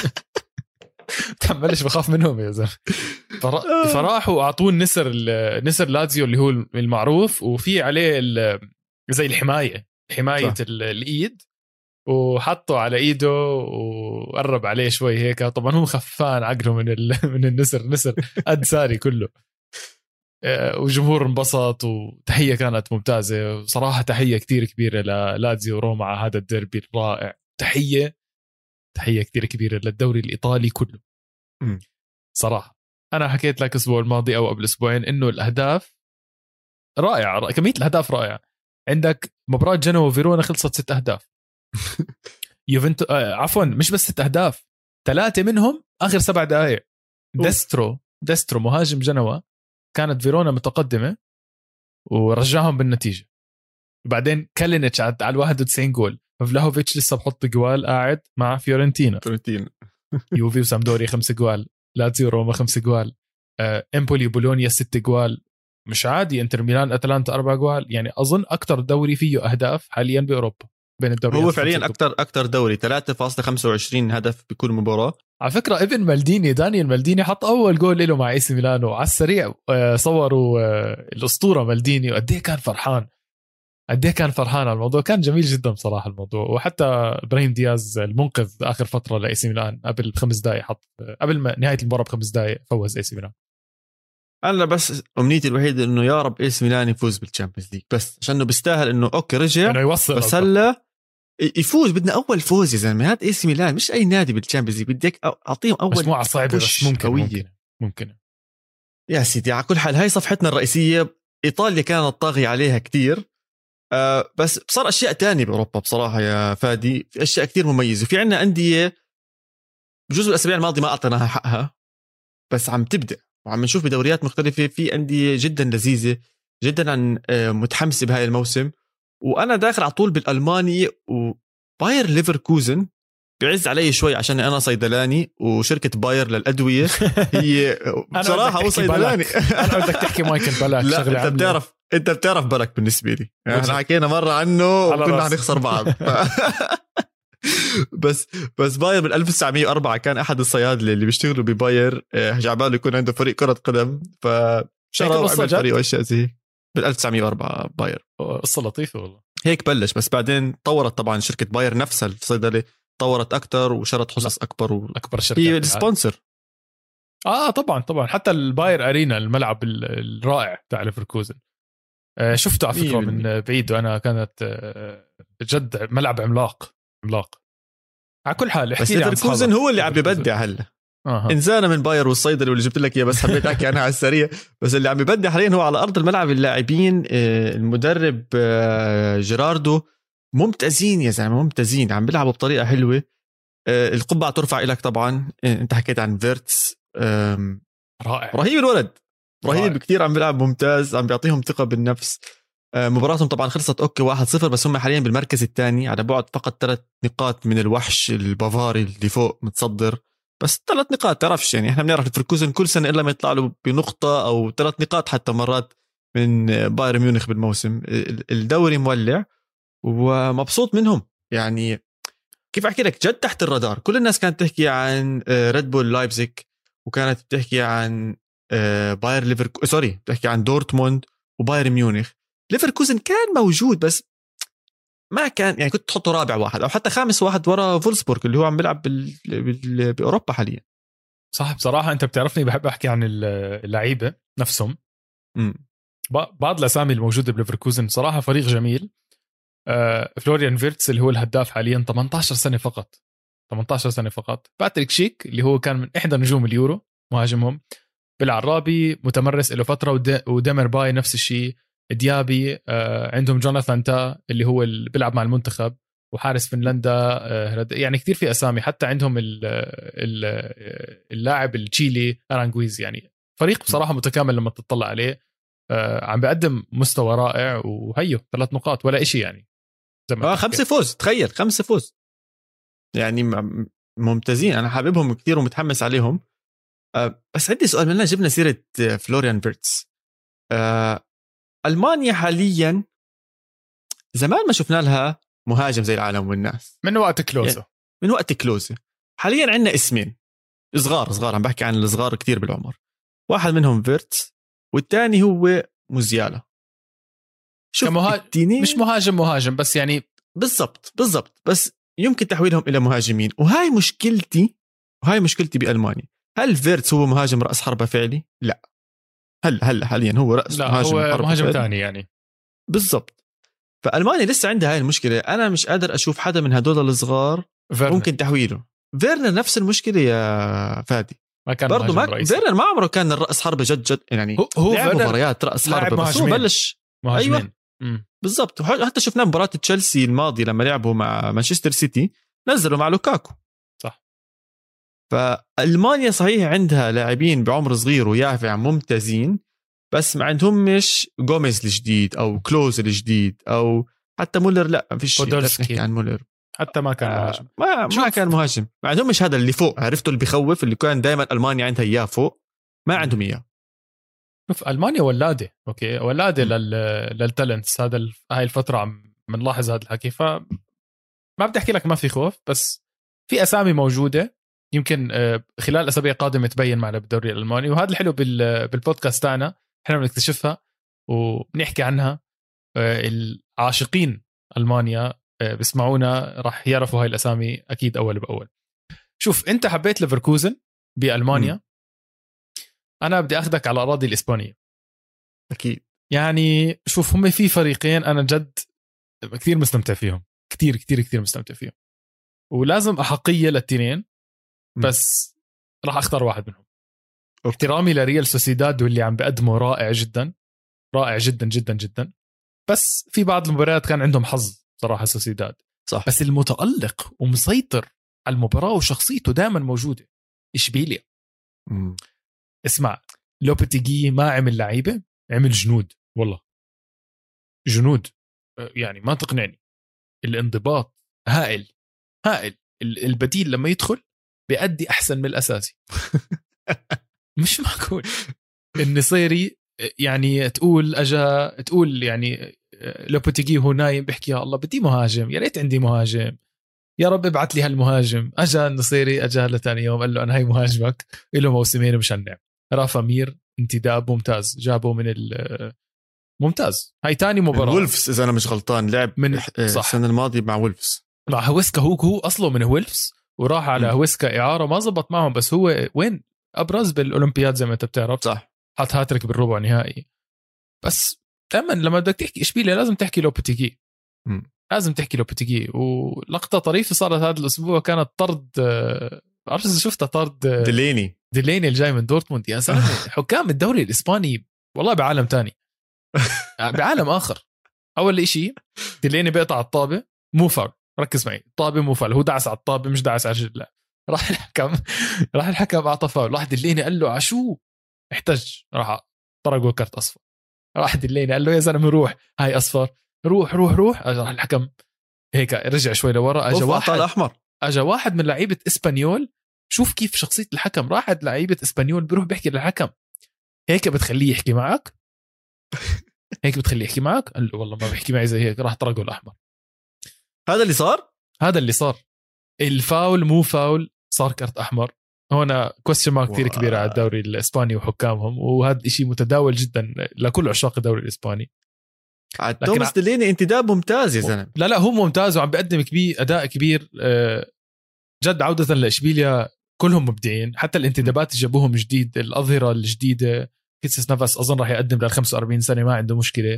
بتحملش بخاف منهم يا زلمة. فراحوا أعطوه النسر النسر لازيو اللي هو المعروف وفي عليه زي الحماية حماية الإيد وحطوا على إيده وقرب عليه شوي هيك. طبعا هم خفان عقله من من النسر نسر قد ساري كله وجمهور انبسط وتحية كانت ممتازة صراحة. تحية كتير كبيرة للازيو روما على هذا الديربي الرائع. تحية تحية كتير كبيرة للدوري الإيطالي كله م. صراحة أنا حكيت لك الأسبوع الماضي أو قبل أسبوعين إنه الأهداف رائعة كمية الأهداف رائعة. عندك مباراة جنوا وفيرونا خلصت ست أهداف يوفنتو آه عفوا مش بس ست أهداف ثلاثة منهم آخر سبع دقائق. ديسترو ديسترو مهاجم جنوا كانت فيرونا متقدمة ورجعهم بالنتيجة. وبعدين كالينيتش على الواحد وتسعين جول. فلافوفيتش لسه بحط جوال قاعد مع فيورنتينا فيورنتينا يوفي وسامدوريا خمسة جوال لاتسيو روما خمسة جوال آه، امبولي بولونيا ستة جوال. مش عادي. انتر ميلان اتلانتا أربعة جوال. يعني أظن أكتر دوري فيه أهداف حاليا بأوروبا بين الدوريات. هو فعليا أكتر أكتر دوري ثلاثة فاصلة خمسة وعشرين هدف بكل مباراة. على فكرة ابن مالديني دانيال مالديني حط أول جول له مع اي سي ميلانو على السريع. آه، صوروا آه، الأسطورة مالديني وقديه كان فرحان قديه كان فرحان على الموضوع. كان جميل جدا بصراحة الموضوع. وحتى إبراهيم دياز المنقذ آخر فترة لإي سي ميلان قبل بخمس دقائق حط قبل ما نهاية المباراة بخمس دقائق فوز إي سي ميلان. أنا بس أمنيتي الوحيدة إنه يا رب إي سي ميلان يفوز بالتشامبيونز ليج بس عشان إنه بيستاهل إنه أوكي رجع إنه يوصل بس هلا يفوز. بدنا أول فوز يا زلمة. هذا إي سي ميلان مش أي نادي بالتشامبيونز ليج. بدك أعطيهم أول مجموعة صعبة بس ممكن قوية. ممكن ممكن يا سيدي. على كل حال هاي صفحتنا الرئيسية. إيطاليا كانت طاغية عليها كتير أه بس صار أشياء تانية بأوروبا بصراحة يا فادي. في أشياء كتير مميزة. في عنا أندية بجزء الأسابيع الماضية ما أعطيناها حقها بس عم تبدأ وعم نشوف بدوريات مختلفة. في أندية جدا لذيذة جدا عن متحمسة بهاي الموسم. وأنا داخل على طول بالألماني وباير ليفركوزن بعز علي شوي عشان أنا صيدلاني وشركة باير للأدوية هي بصراحة هو صيدلاني. أنا بدك تحكي مايكل بلاك. لا أنت بتعرف أنت بتعرف بلك بالنسبة لي. احنا حكينا مرة عنه وكنا هنخسر بعض بس بس باير بال ألف وتسعمية وأربعة كان أحد الصيادلة اللي بيشتغلوا بباير جعباله يكون عنده فريق كرة قدم فشروا وعمل فريق وأشياء زي بال ألف وتسعمية وأربعة باير. قصة لطيفة والله. هيك بلش بس بعدين طورت طبعا شركة باير نفسها الصيدلة طورت أكتر وشرت حصص أكبر وأكبر شركة هي السبونسر. آه طبعا طبعا حتى الباير أرينا الملعب الرائع تاع ليفركوزن آه شفته على فكرة من بعيد وأنا كانت آه جد ملعب عملاق عملاق. على كل حال بس ليفركوزن هو اللي عم يبدع هلا آه. إنسانة من باير والصيدلة واللي جبت لك إياه بس حبيت أحكي عنها على السريع. بس اللي عم يبدع حاليا هو على أرض الملعب اللاعبين آه المدرب آه جيراردو ممتازين يا زلمة ممتازين عم بيلعبوا بطريقة حلوة. آه القبعة ترفع إلك طبعا. آه انت حكيت عن فيرتس رائع رهيب الولد رهيب رائع. كتير عم بيلعب ممتاز عم بيعطيهم ثقة بالنفس. مباراتهم طبعا خلصت أوكي واحد صفر بس هم حاليا بالمركز الثاني على بعد فقط ثلاث نقاط من الوحش البافاري اللي فوق متصدر بس ثلاث نقاط تعرفش يعني احنا بنعرف الفركوزن كل سنة إلا ما يطلع له بنقطة أو ثلاث نقاط حتى مرات من بايرن ميونخ بالموسم. الدوري مولع ومبسوط منهم يعني كيف أحكي لك جد تحت الرادار. كل الناس كانت تحكي عن ريد بول لايبزيك وكانت بتحكي عن باير ليفركوزن سوري بتحكي عن دورتموند وبايرن ميونخ. ليفركوزن كان موجود بس ما كان يعني كنت تحطه رابع واحد أو حتى خامس واحد ورا فولسبورغ اللي هو عم بيلعب بال... بال... بأوروبا حاليا. صح بصراحة أنت بتعرفني بحب أحكي عن اللعيبة نفسهم. م. بعض الأسامي الموجودة بليفركوزن صراحة فريق جميل. آه فلوريان فيرتس اللي هو الهداف حاليا ثمانية عشر سنة فقط ثمانية عشر سنة فقط. باتريك شيك اللي هو كان من إحدى نجوم اليورو مهاجمهم. بالعرابي متمرس له فترة ودمر باي نفس الشيء. ديابي آه عندهم جوناثان تا اللي هو اللي بيلعب مع المنتخب وحارس فنلندا آه يعني كتير في أسامي. حتى عندهم اللاعب التشيلي أرانغويز. يعني فريق بصراحة متكامل لما تطلع عليه. آه عم بقدم مستوى رائع وهيو ثلاث نقاط ولا إشي يعني زي ما آه خمسة فوز تخيل خمسة فوز يعني ممتازين. أنا حاببهم كتير ومتحمس عليهم. آه بس عندي سؤال مننا جبنا سيرة فلوريان فيرتس. آه ألمانيا حاليا زمان ما شفنا لها مهاجم زي العالم والناس من وقت كلوزة يعني من وقت كلوزة. حاليا عندنا اسمين صغار صغار عم بحكي عن الصغار كتير بالعمر. واحد منهم فيرتس والتاني هو موزيالا. شوف كمها... مش مهاجم مهاجم بس يعني بالضبط بالضبط بس يمكن تحويلهم إلى مهاجمين. وهاي مشكلتي وهاي مشكلتي بألمانيا. هل فيرتس هو مهاجم رأس حربة فعلي؟ لا. هل هل حاليا هو رأس لا مهاجم هو مهاجم ثاني يعني بالضبط. فألمانيا لسه عندها هاي المشكلة. أنا مش قادر أشوف حدا من هدول الصغار فيرنر. ممكن تحويله. فيرنر نفس المشكلة يا فادي. ما كان برضو ما فيرنر ما عمره كان الرأس حربة جد جد يعني هو لعب مباريات رأس حربة بس هو بلش مهاجمين. أيوة بالضبط. حتى شفناه مباراة تشيلسي الماضي لما لعبوا مع مانشستر سيتي نزلوا مع لوكاكو صح. فألمانيا صحيح عندها لاعبين بعمر صغير ويافع ممتازين بس ما عندهم مش غوميز الجديد أو كلوز الجديد أو حتى مولر. لا ما فيش بودولسكي عن مولر حتى ما كان مهاجم. ما ما كان مهاجم. ما عندهم مش هذا اللي فوق عرفتوا اللي بيخوف اللي كان دائما ألمانيا عندها إياه فوق ما عندهم إياه. شوف ألمانيا ولادة أوكي ولادة لل للتالنتس. هذا ال... هاي الفترة عم بنلاحظ هذا الحكي. ف ما بدي أحكي لك ما في خوف بس في أسامي موجودة يمكن خلال أسابيع قادمة تبين معنا بالدوري الألماني. وهذا الحلو بال... بالبودكاست تاعنا احنا بنكتشفها وبنحكي عنها. العاشقين ألمانيا بسمعونا راح يعرفوا هاي الأسامي أكيد أول بأول. شوف أنت حبيت ليفركوزن بألمانيا م. أنا بدي أخذك على الأراضي الإسبانية أكيد. يعني شوف هم في فريقين أنا جد كثير مستمتع فيهم كثير كثير كثير مستمتع فيهم ولازم أحقية للتنين بس م. راح أختار واحد منهم. أوكي. احترامي لريال سوسيداد واللي عم بقدمه رائع جدا رائع جدا جدا جدا بس في بعض المباريات كان عندهم حظ صراحة سوسيداد صح. بس المتألق ومسيطر على المباراة وشخصيته دائما موجودة إشبيليا. م. اسمع لوبتيجي ما عمل لعيبة عمل جنود والله جنود يعني ما تقنعني. الانضباط هائل هائل. البديل لما يدخل بيأدي أحسن من الأساسي. مش معقول. النصيري يعني تقول أجا تقول يعني لوبتيجي هو نايم بيحكي يا الله بدي مهاجم يا ريت عندي مهاجم يا رب ابعت لي هالمهاجم. أجا النصيري أجا لتاني يوم قال له أنا هاي مهاجمك له موسمين مش هنلعب. رافا مير انتداب ممتاز جابه من ممتاز. هاي تاني مباراة وولفز إذا أنا مش غلطان لعب من السنة الماضية مع وولفز مع هويسكا. هو هو أصله من وولفز وراح على م. هويسكا إعارة ما زبط معهم بس هو وين أبرز بالأولمبياد زي ما أنت بتعرف صح. حط هاتريك بالربع نهائي. بس دائما لما بدك تحكي إشبيليا لازم تحكي لوبتيجي م. لازم تحكي لوبتيجي. ولقطة طريفة صارت هذا الأسبوع كانت طرد عارف إذا شفتها طرد ديليني ديليني الجاي من دورتموند. يا زلمة حكام الدوري الإسباني والله بعالم تاني بعالم آخر. أول إشي ديليني بيقطع الطابة مو فاول. ركز معي الطابة مو فاول هو دعس على الطابة مش دعس على رجله راح الحكم راح الحكم اعطى فاول، راح دليني قال له عشو احتج، راح طرقوا كرت اصفر. راح دليني قال له يا زلمه روح، هاي اصفر، روح روح روح. راح الحكم هيك رجع شوي لورا، اجى واحد احمر، اجى واحد من لعيبه اسبانيول. شوف كيف شخصيه الحكم، راحت لعيبه اسبانيول بيروح بيحكي للحكم هيك بتخليه يحكي معك هيك بتخليه يحكي معك. قال له والله ما بيحكي معي زي هيك. راح طرقوا الاحمر. هذا اللي صار هذا اللي صار. الفاول مو فاول، صار كرت احمر. هنا كويستشن مارك كثير كبيره على الدوري الاسباني وحكامهم، وهذا الشيء متداول جدا لكل عشاق الدوري الاسباني. توماس ديليني انتداب ممتاز يا زلمه. لا لا هو ممتاز وعم بيقدم كبير اداء كبير جد. عوده لاشبيليا كلهم مبدعين، حتى الانتدابات اللي جابوهم جديد، الاظهره الجديده. كيسس نفس اظن راح يقدم لل خمسة وأربعين سنه، ما عنده مشكله.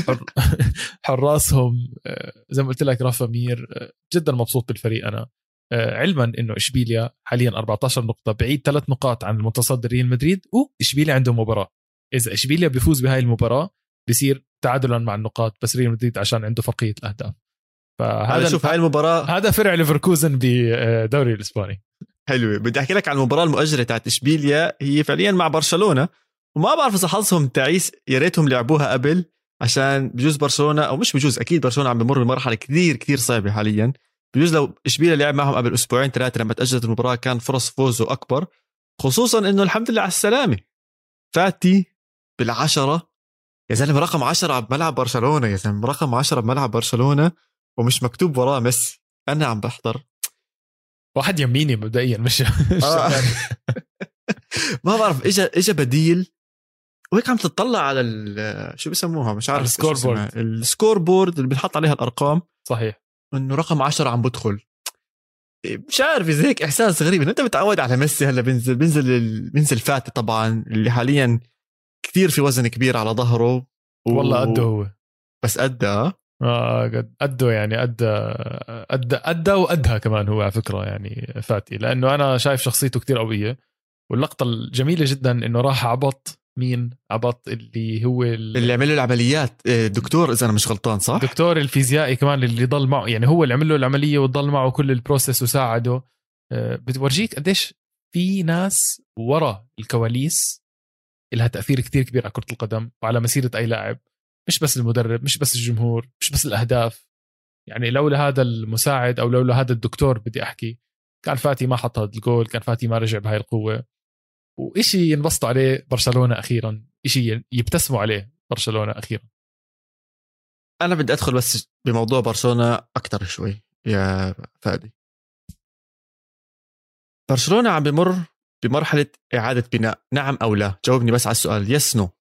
حراسهم زي ما قلت لك رافا مير. جدا مبسوط بالفريق انا، علما انه اشبيليا حاليا أربعة عشر نقطه، بعيد ثلاث نقاط عن المتصدر ريال مدريد، واشبيليا عنده مباراه. اذا اشبيليا بيفوز بهاي المباراه بصير تعادلا مع النقاط، بس ريال مدريد عشان عنده فرقيه الاهداف. فهذا شوف هاي المباراه، هذا فرع ليفركوزن بدوري الاسباني. حلوه. بدي احكي لك عن المباراه المؤجله تاعت اشبيليا، هي فعليا مع برشلونه، وما بعرف اذا حظهم تعيس، يا ريتهم لعبوها قبل، عشان بجوز برشلونه او مش بجوز، اكيد برشلونه عم بمر بمرحله كثير كثير صعبه حاليا. بجوز لو اشبيليا لعب معهم قبل اسبوعين ثلاثه لما تاجلت المباراه كان فرص فوزه اكبر، خصوصا انه الحمد لله على السلامه. فاتي بالعشرة يا زلمه، رقم عشرة بملعب برشلونه، يا زلمه رقم عشرة بملعب برشلونه ومش مكتوب وراه ميسي. انا عم بحضر واحد يميني مبدئيا مش آه. ما بعرف اجى اجى بديل، وهيك عم تطلع على شو بيسموها مش عارف، السكور بورد، السكور بورد اللي بنحط عليها الارقام. صحيح انه رقم عشرة عم بدخل. مش عارف اذا هيك احساس غريب انه انت متعود على ميسي، هلا بينزل بينزل ال... بينزل فاتي طبعا، اللي حاليا كثير في وزن كبير على ظهره و... والله قده هو، بس قده اه قد قده يعني قد قد قده وقدها كمان هو على فكره يعني فاتي، لانه انا شايف شخصيته كتير قويه. واللقطه الجميله جدا انه راح عبط مين عبط اللي هو ال... اللي عمل له العمليات الدكتور، اذا انا مش غلطان صح، دكتور الفيزيائي كمان اللي ضل معه، يعني هو اللي عمل له العمليه وضل معه كل البروسيس وساعده. بتورجيك قديش في ناس ورا الكواليس لها تاثير كتير كبير على كره القدم وعلى مسيره اي لاعب، مش بس المدرب، مش بس الجمهور، مش بس الأهداف. يعني لولا هذا المساعد أو لولا هذا الدكتور بدي أحكي، كان فاتي ما حط هذا الجول، كان فاتي ما رجع بهاي القوة. وإشي ينبسطوا عليه برشلونة أخيرا، إشي يبتسموا عليه برشلونة أخيرا. أنا بدي أدخل بس بموضوع برشلونة أكتر شوي يا فادي. برشلونة عم بمر بمرحلة إعادة بناء، نعم أو لا؟ جاوبني بس على السؤال، يس نو.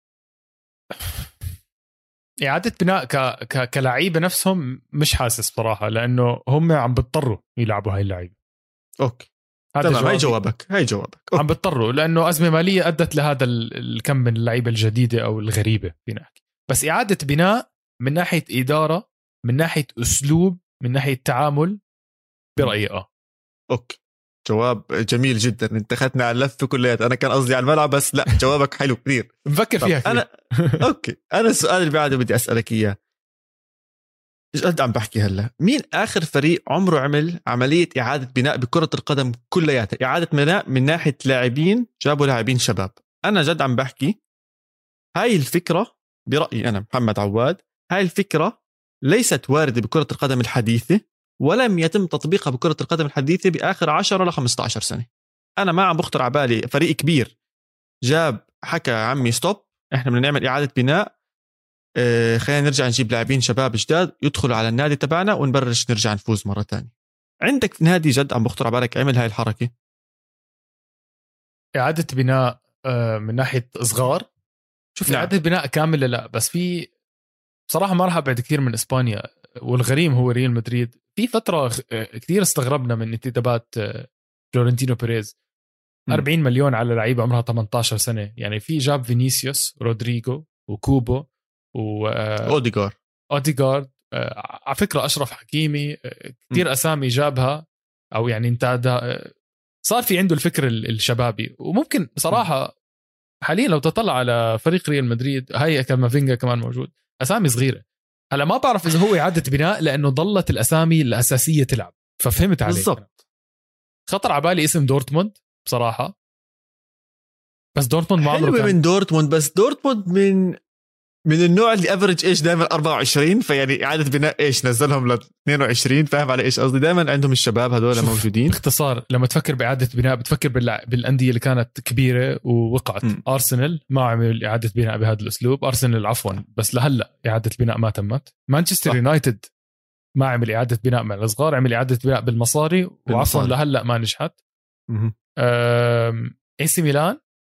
إعادة بناء ك... ك... كلاعيبة نفسهم مش حاسس صراحة، لأنه هم عم بيضطروا يلعبوا هاي اللعيبة. أوكي تمام، هاي جوابك هاي جوابك أوكي. عم بيضطروا لأنه أزمة مالية أدت لهذا الكم من اللعيبة الجديدة أو الغريبة فينا نحكي. بس إعادة بناء من ناحية إدارة، من ناحية أسلوب، من ناحية تعامل، برأيي آه أوكي جواب جميل جدا. انت اخذتنا على اللفه كلها، انا كان قصدي على الملعب بس لا، جوابك حلو كثير. مفكر فيها كثير. انا اوكي، انا السؤال اللي بعده بدي اسالك اياه، ايش قد عم بحكي هلا، مين اخر فريق عمره عمل عمليه اعاده بناء بكره القدم كلياتها، اعاده بناء من ناحيه لاعبين، جابوا لاعبين شباب؟ انا جد عم بحكي هاي الفكره برايي انا محمد عواد، هاي الفكره ليست وارده بكره القدم الحديثه، ولم يتم تطبيقها بكرة القدم الحديثة بآخر عشرة لخمسة عشر سنة. أنا ما عم بخطر على بالي فريق كبير جاب حكى عمي ستوب، إحنا بدنا نعمل إعادة بناء، اه خلينا نرجع نجيب لاعبين شباب جداد يدخلوا على النادي تبعنا ونبرش نرجع نفوز مرة تانية. عندك نادي جد عم بخطر على بالك عمل هاي الحركة؟ إعادة بناء من ناحية صغار، شوف نعم. إعادة بناء كاملة لا، بس في بصراحة ما راح أبعد كثير من إسبانيا، والغريم هو ريال مدريد. في فترة كثير استغربنا من انتدابات فلورنتينو بيريز، أربعين مليون على لعيبة عمرها ثمانية عشر سنة. يعني في جاب فينيسيوس، رودريجو، وكوبو، وأوديغار أوديغارد، على فكرة أشرف حكيمي، كثير أسامي جابها، أو يعني انت صار في عنده الفكر الشبابي. وممكن صراحة حاليا لو تطلع على فريق ريال مدريد، هاي كامافينجا كمان موجود، أسامي صغيرة. هلا ما بعرف إذا هو إعادة بناء لأنه ضلت الأسامي الأساسية تلعب، ففهمت عليك بالضبط. خطر على بالي اسم دورتموند بصراحه، بس دورتموند ما عمره كان من دورتموند، بس دورتموند من من النوع اللي افريج ايش دائما أربعة وعشرين، فيعني اعاده بناء ايش نزلهم ل اثنين وعشرين. فاهم على ايش قصدي؟ دائما عندهم الشباب هذول موجودين. باختصار لما تفكر باعاده بناء بتفكر بالانديه اللي كانت كبيره ووقعت. م. ارسنال ما عمل اعاده بناء بهذا الاسلوب، ارسنال عفوا بس لهلا اعاده بناء ما تمت. مانشستر يونايتد ما عمل اعاده بناء مع الصغار، عمل اعاده بناء بالمصاري وعفوا لهلا ما نجحت. اي سي ميلان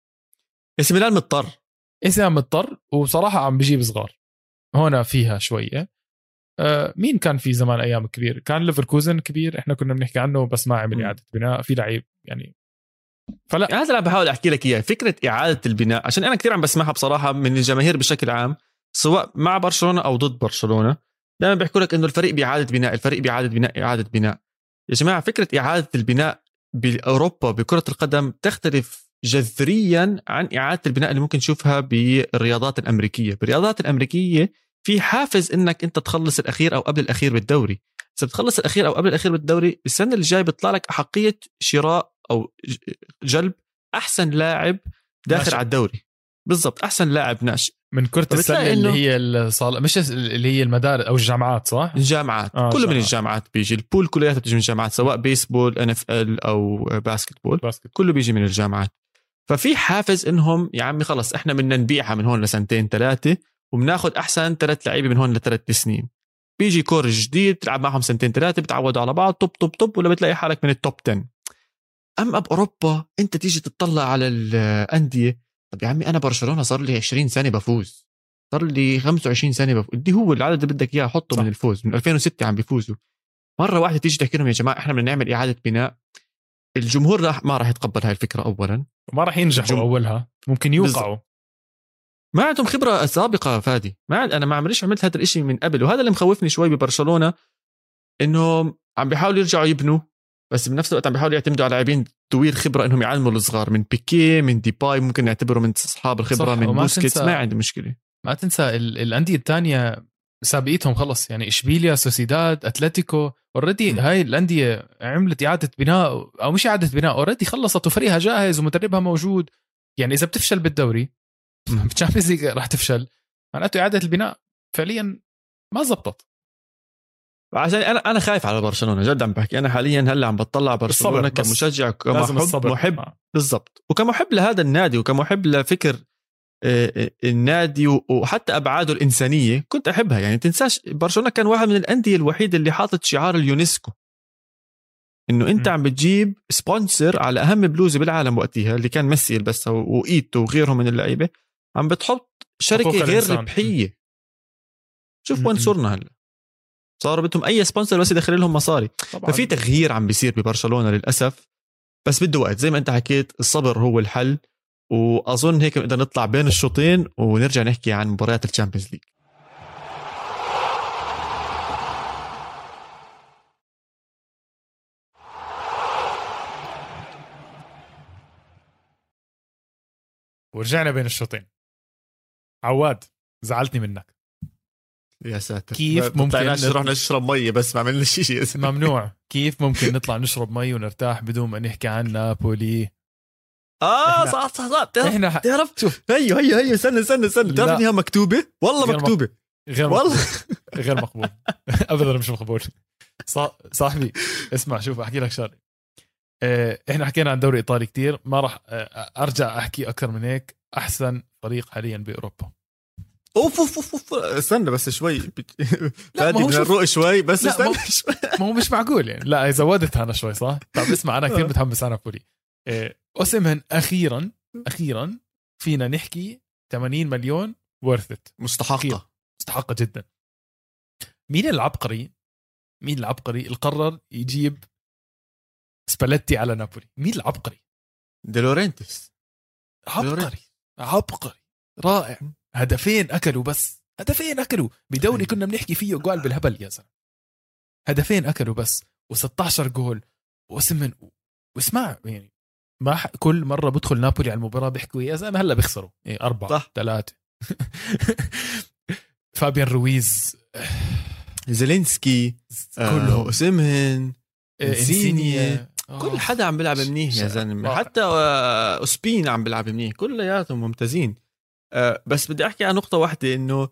اي سي ميلان مضطر إسام مضطر، وبصراحة عم بجيب صغار هنا فيها شوية. آه مين كان في زمان أيام كبير؟ كان ليفركوزن كبير، إحنا كنا بنحكي عنه بس ما عمل إعادة بناء في لعيب يعني. فلا هذا اللي بحاول أحكي لك إياه، فكرة إعادة البناء، عشان أنا كثير عم بسمعها بصراحة من الجماهير بشكل عام، سواء مع برشلونة أو ضد برشلونة. دائما بيحكوا لك إنه الفريق بإعادة بناء، الفريق بإعادة بناء، إعادة بناء. يا جماعة فكرة إعادة البناء بأوروبا بكرة القدم تختلف جذريا عن إعادة البناء اللي ممكن نشوفها بالرياضات الأمريكية. بالرياضات الأمريكية في حافز إنك أنت تخلص الأخير أو قبل الأخير بالدوري. إذا بتخلص الأخير أو قبل الأخير بالدوري، السنة اللي جاي بيطلع لك أحقية شراء أو جلب أحسن لاعب داخل ناشئ على الدوري. بالضبط، أحسن لاعب ناشئ من كرة السلة اللي هي الصال... مش اللي هي المدارس أو الجامعات، صح؟ الجامعات آه كله من الجامعات بيجي، البول كلها بتجي من الجامعات، سواء بيسبول ان اف ال أو باسكتبول باسكت. كله بيجي من الجامعات. ففي حافز إنهم يا عمي خلص إحنا بدنا نبيعها من هون لسنتين ثلاثة، وبناخد أحسن ثلاث لعيبة من هون لثلاث سنين. بيجي كور جديد تلعب معهم سنتين ثلاثة، بتعودوا على بعض، طب طب طب ولا بتلاقي حالك من التوب عشرة. أما بأوروبا أنت تيجي تطلع على الأندية، طب يا عمي أنا برشلونة صار لي عشرين سنة بفوز، صار لي خمسة وعشرين سنة بفوز، دي هو العدد اللي بدك إياه حطه صح. من الفوز من ألفين وستة عم بيفوزوا. مرة واحدة تيجي تحكي لهم يا جماعة إحنا بدنا نعمل إعادة بناء، الجمهور راح ما راح يتقبل هاي الفكرة أولا، ما راح ينجحوا الجم... أولها ممكن يوقعوا، ما عندهم خبرة سابقة. فادي ما عند... أنا ما عمريش عملت هذا الإشي من قبل، وهذا اللي مخوفني شوي ببرشلونة، إنهم عم بيحاولوا يرجعوا يبنوا، بس بنفس الوقت عم بيحاولوا يعتمدوا على لاعبين طويل خبرة إنهم يعلموا الصغار، من بيكي من ديباي ممكن نعتبره من أصحاب الخبرة، من بوسكيتس ما عندي مشكلة. ما تنسى ال... الأندية الثانية سابقتهم خلص، يعني إشبيليا، سوسيداد، أتلتيكو اوريدي هاي الأندية عملت إعادة بناء أو مش إعادة بناء، اوريدي خلصت وفريقها جاهز ومدربها موجود. يعني إذا بتفشل بالدوري بالتشامبيونز ليج راح تفشل، معناته إعادة البناء فعليا ما زبطت. عشان أنا أنا خايف على برشلونة جد، عم بحكي أنا حاليا هلا عم بطلع برشلونة كمشجع كمحب محب آه. بالضبط، وكمحب لهذا النادي وكمحب لفكر النادي وحتى أبعاده الإنسانية كنت أحبها. يعني تنساش برشلونة كان واحد من الأندية الوحيدة اللي حاطت شعار اليونسكو، إنه أنت م. عم بتجيب سبونسر على أهم بلوزة بالعالم وقتها اللي كان ميسي بس وإيتو وغيرهم من اللعيبة، عم بتحط شركة غير ربحية. شوف وين صرنا هلا، صاروا بدهم أي سبونسر بس يدخل لهم مصاري. طبعاً. ففي تغيير عم بيصير ببرشلونة للأسف، بس بده وقت. زي ما أنت حكيت الصبر هو الحل، وأظن هيك نقدر نطلع بين الشوطين ونرجع نحكي عن مباريات الشامبيونز ليج. ورجعنا بين الشوطين. عواد زعلتني منك يا ساتر، كيف ممكن نروح نشرب مية بس ما عملنا شيء ممنوع. كيف ممكن نطلع نشرب مي ونرتاح بدون ما نحكي عن نابولي؟ اه صح صح صح تعرف احنا تعرف شوف هيو هيو هيو سنة سنة سنة تعرف انها مكتوبة والله غير مكتوبة غير والله غير مقبول ابدا مش مقبول. صاحبي اسمع شوف احكي لك شغله. احنا حكينا عن دوري ايطالي كتير، ما راح ارجع احكي اكثر من هيك. احسن فريق حاليا باوروبا. اوف اوف اوف استنى بس شوي فادي بدنا نروق شوي بس استنى شوي. ما هو مش معقول يعني، لا زودت انا شوي صح. طب اسمع انا كثير متحمس على نابولي. أوسيمهن أخيرا أخيرا فينا نحكي ثمانين مليون worth it، مستحقة مستحقة جدا. مين العبقري مين العبقري اللي قرر يجيب سباليتي على نابولي؟ مين العبقري؟ دي لورنتس. عبقري عبقري رائع. هدفين أكلوا، بس هدفين أكلوا بدوري كنا بنحكي فيه قال بالهبل يا زلمة. هدفين أكلوا بس وستاشر جول. أوسيمهن واسمع يعني ما ح... كل مرة بدخل نابولي على المباراة بيحكوا يا زلمة هلا بيخسروا إيه أربعة ثلاثة. فابيان رويز، زيلينسكي، كلهم، أوسيمهن، إنسينيا. كل حدا عم بيلعب منيح يا زلمه، حتى أوسبين عم بيلعب منيح، كلياتهم ممتازين. بس بدي احكي عن نقطه واحده، انه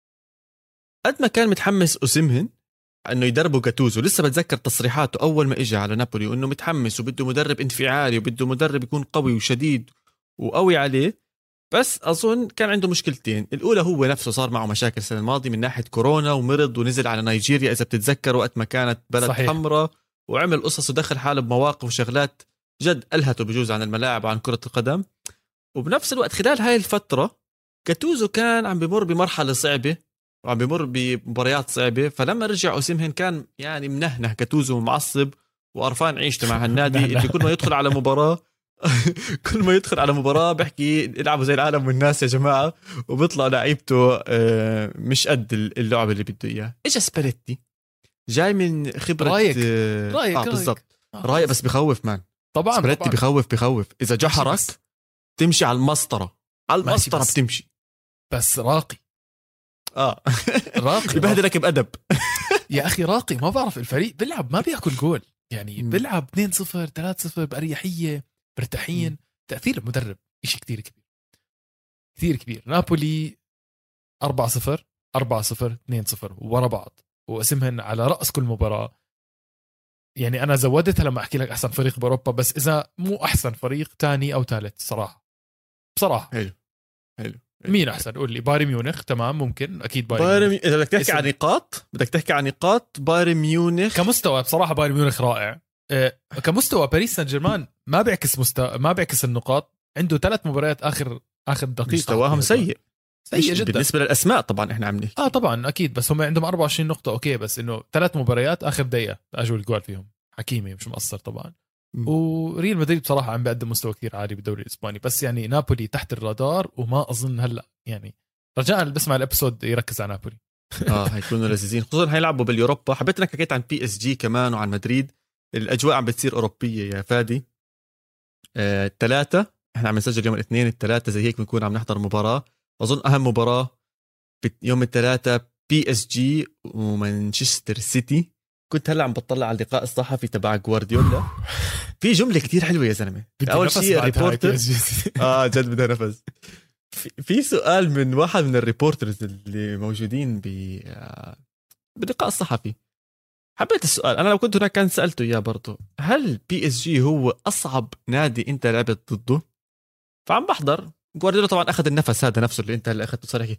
قد ما كان متحمس أوسيمهن انه يدربوا جاتوزو، لسه بتذكر تصريحاته اول ما اجى على نابولي وانه متحمس وبده مدرب انفعالي وبده مدرب يكون قوي وشديد وقوي عليه. بس اظن كان عنده مشكلتين، الاولى هو نفسه صار معه مشاكل السنه الماضيه من ناحيه كورونا ومرض ونزل على نيجيريا اذا بتتذكر وقت ما كانت بلد حمراء، وعمل قصص ودخل حاله بمواقف وشغلات جد ألهته بجوز عن الملاعب وعن كرة القدم. وبنفس الوقت خلال هاي الفترة جاتوزو كان عم بمر بمرحلة صعبة وعم بمر بمباريات صعبة، فلما رجع أوسيمهن كان يعني منهنه جاتوزو معصب وقرفان عيشته مع هالنادي اللي كل ما يدخل على مباراة كل ما يدخل على مباراة بحكي العبوا زي العالم والناس يا جماعة، وبيطلع لعيبته مش قد اللعب اللي بده إياه. إجا سباليتي جاي من خبرة رايك آه رايك آه بالضبط آه رايك، بس بخوف مان طبعا سباليتي بخوف بخوف إذا جحرك تمشي على المسطرة على المسطرة بس بتمشي بس راقي اه راقي يبهدلك بأدب يا أخي راقي. ما بعرف الفريق بيلعب ما بيأكل جول يعني، بيلعب اثنين صفر ثلاثة صفر بأريحية مرتاحين. تأثير المدرب إشي كتير كبير كتير كبير. نابولي أربعة صفر أربعة صفر اثنين صفر ورا بعض واسمهن على رأس كل مباراة. يعني أنا زودتها لما أحكي لك أحسن فريق بأوروبا، بس إذا مو أحسن فريق تاني أو ثالث صراحة بصراحة. حلو حلو. مين أحسن؟ قول لي. بايرن ميونخ تمام ممكن أكيد بايرن, بايرن ميونخ. إذا بدك تحكي عن نقاط بدك تحكي عن نقاط بايرن ميونخ كمستوى بصراحة بايرن ميونخ رائع. أه كمستوى باريس سان جيرمان ما بيعكس مستوى ما بيعكس النقاط. عنده ثلاث مباريات آخر آخر دقيقة مستواهم سيء سيء جدا بالنسبة للأسماء طبعا إحنا عم نحكي. آه طبعا أكيد، بس هم عندهم أربعة وعشرين نقطة أوكي، بس إنه ثلاث مباريات آخر دقيقة أجوا الجول فيهم. حكيمي مش مقصر طبعا. م. وريال مدريد بصراحة عم بيقدم مستوى كتير عالي بالدوري الإسباني، بس يعني نابولي تحت الرادار وما أظن هلأ يعني رجاء اللي بسمع الابيسود يركز على نابولي. اه هيكونوا لذيذين خصوصا هيلعبوا باليوروبا. حبيت انك حكيت عن بي اس جي كمان وعن مدريد. الاجواء عم بتصير اوروبيه يا فادي. آه، الثلاثه احنا عم نسجل يوم الاثنين، الثلاثه زي هيك بنكون عم نحضر مباراه. اظن اهم مباراه يوم الثلاثه بي اس جي ومانشستر سيتي. كنت هلا عم بطلع على اللقاء الصحفي تبع جوارديولا في جمله كتير حلوه يا زلمه. اول شيء الريبورتر اه جد بدها نفس. في سؤال من واحد من الريبورترز اللي موجودين ب باللقاء الصحفي. حبيت السؤال، انا لو كنت هناك كان سالته اياه برضه، هل بي اس جي هو اصعب نادي انت لعبت ضده؟ فعم بحضر جوارديولا طبعا اخذ النفس هذا نفسه اللي انت اللي اخذته صراحه.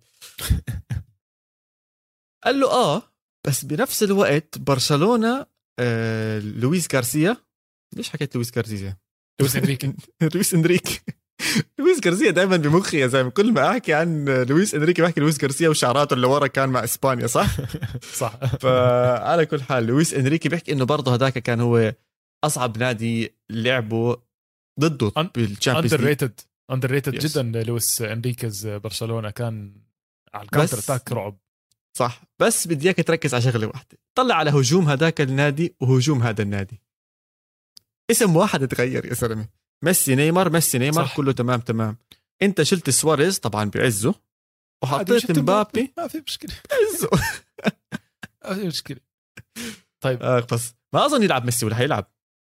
قال له اه بس بنفس الوقت برشلونه آه لويس غارسيا. ليش حكيت لويس غارسيا؟ لويس انريكي لويس انريكي لويس غارسيا دائما بمخي يا زلمه، كل ما احكي عن لويس انريكي بحكي لويس غارسيا وشعراته اللي ورا كان مع اسبانيا صح. صح. فعلى كل حال لويس انريكي بيحكي انه برضه هذاك كان هو اصعب نادي لعبه ضده بالتشامبيونز ليج. اندر ريتد اندر ريتد جدا لويس انريكيز. برشلونه كان على الكاونتر اتاك رعب صح. بس بدي اياك تركز على شغله واحده، طلع على هجوم هذاك النادي وهجوم هذا النادي، اسم واحد تغير يا زلمه. ميسي نيمار ميسي نيمار صح. كله تمام تمام. انت شلت سواريز طبعا بعزه وحطيت مبابي ما في مشكله بعزه ما في مشكله. طيب آه بس ما اظن يلعب ميسي ولا هيلعب.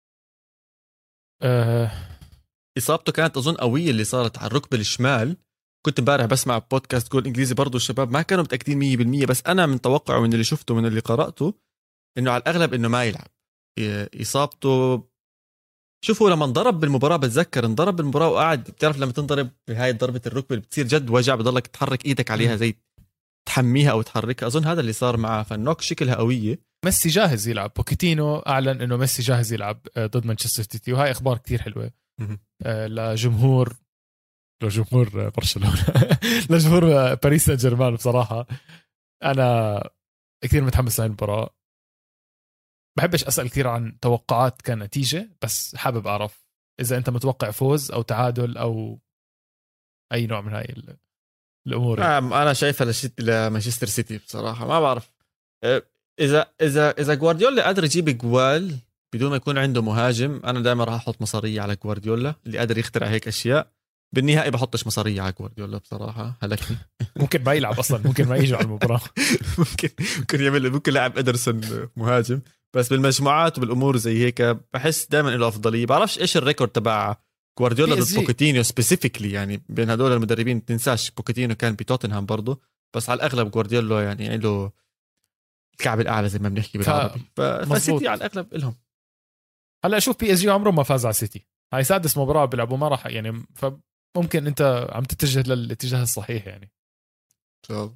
آه. اصابته كانت اظن قويه اللي صارت على الركبه الشمال. كنت امبارح بسمع بودكاست جول انجليزي برضو الشباب ما كانوا متاكدين مية بالمية، بس انا من توقعه من اللي شفته من اللي قراته انه على الاغلب انه ما يلعب. اصابته شوفوا لما انضرب بالمباراة بتذكر انضرب بالمباراة وقاعد بتعرف لما تنضرب بهاي ضربة الركبة بتصير جد وجع بضلك تحرك ايدك عليها زي تحميها او تحركها. اظن هذا اللي صار معه. فالنوك شكلها قوية. ميسي جاهز يلعب. بوكيتينو اعلن انه ميسي جاهز يلعب ضد مانشستر سيتي، وهاي اخبار كتير حلوة لجمهور لجمهور برشلونة لجمهور باريس سان جيرمان. بصراحة انا كثير متحمس للمباراة. بحبش أسأل كثير عن توقعات كنتيجة، بس حابب أعرف إذا أنت متوقع فوز أو تعادل أو أي نوع من هاي الأمور. أنا شايفها لمانشستر سيتي بصراحة. ما بعرف إذا إذا إذا جوارديولا قادر يجيب جوال بدون ما يكون عنده مهاجم. أنا دائما راح أحط مصارية على جوارديولا اللي قادر يخترع هيك أشياء. بالنهائي بحطش مصارية على جوارديولا بصراحة. هلكني ممكن ما يلعب أصلا، ممكن ما يجي على المباراة ممكن ممكن يعمل ممكن لاعب إدرسون مهاجم. بس بالمجموعات وبالامور زي هيك بحس دائما له افضليه. بعرفش ايش الريكورد تبع جوارديولا ضد بوكيتينيو سبيسيفيكلي، يعني بين هدول المدربين تنساش بوكيتينيو كان بتوتنهام برضه، بس على الاغلب جوارديولا يعني له الكعب الاعلى زي ما بنحكي بالعربي. ف... فسيتي على الاغلب لهم. هلا شوف بي اس جي عمره ما فاز على سيتي، هاي سادس مباراه بيلعبوا ما راح يعني، فممكن انت عم تتجه للاتجاه الصحيح يعني. شوف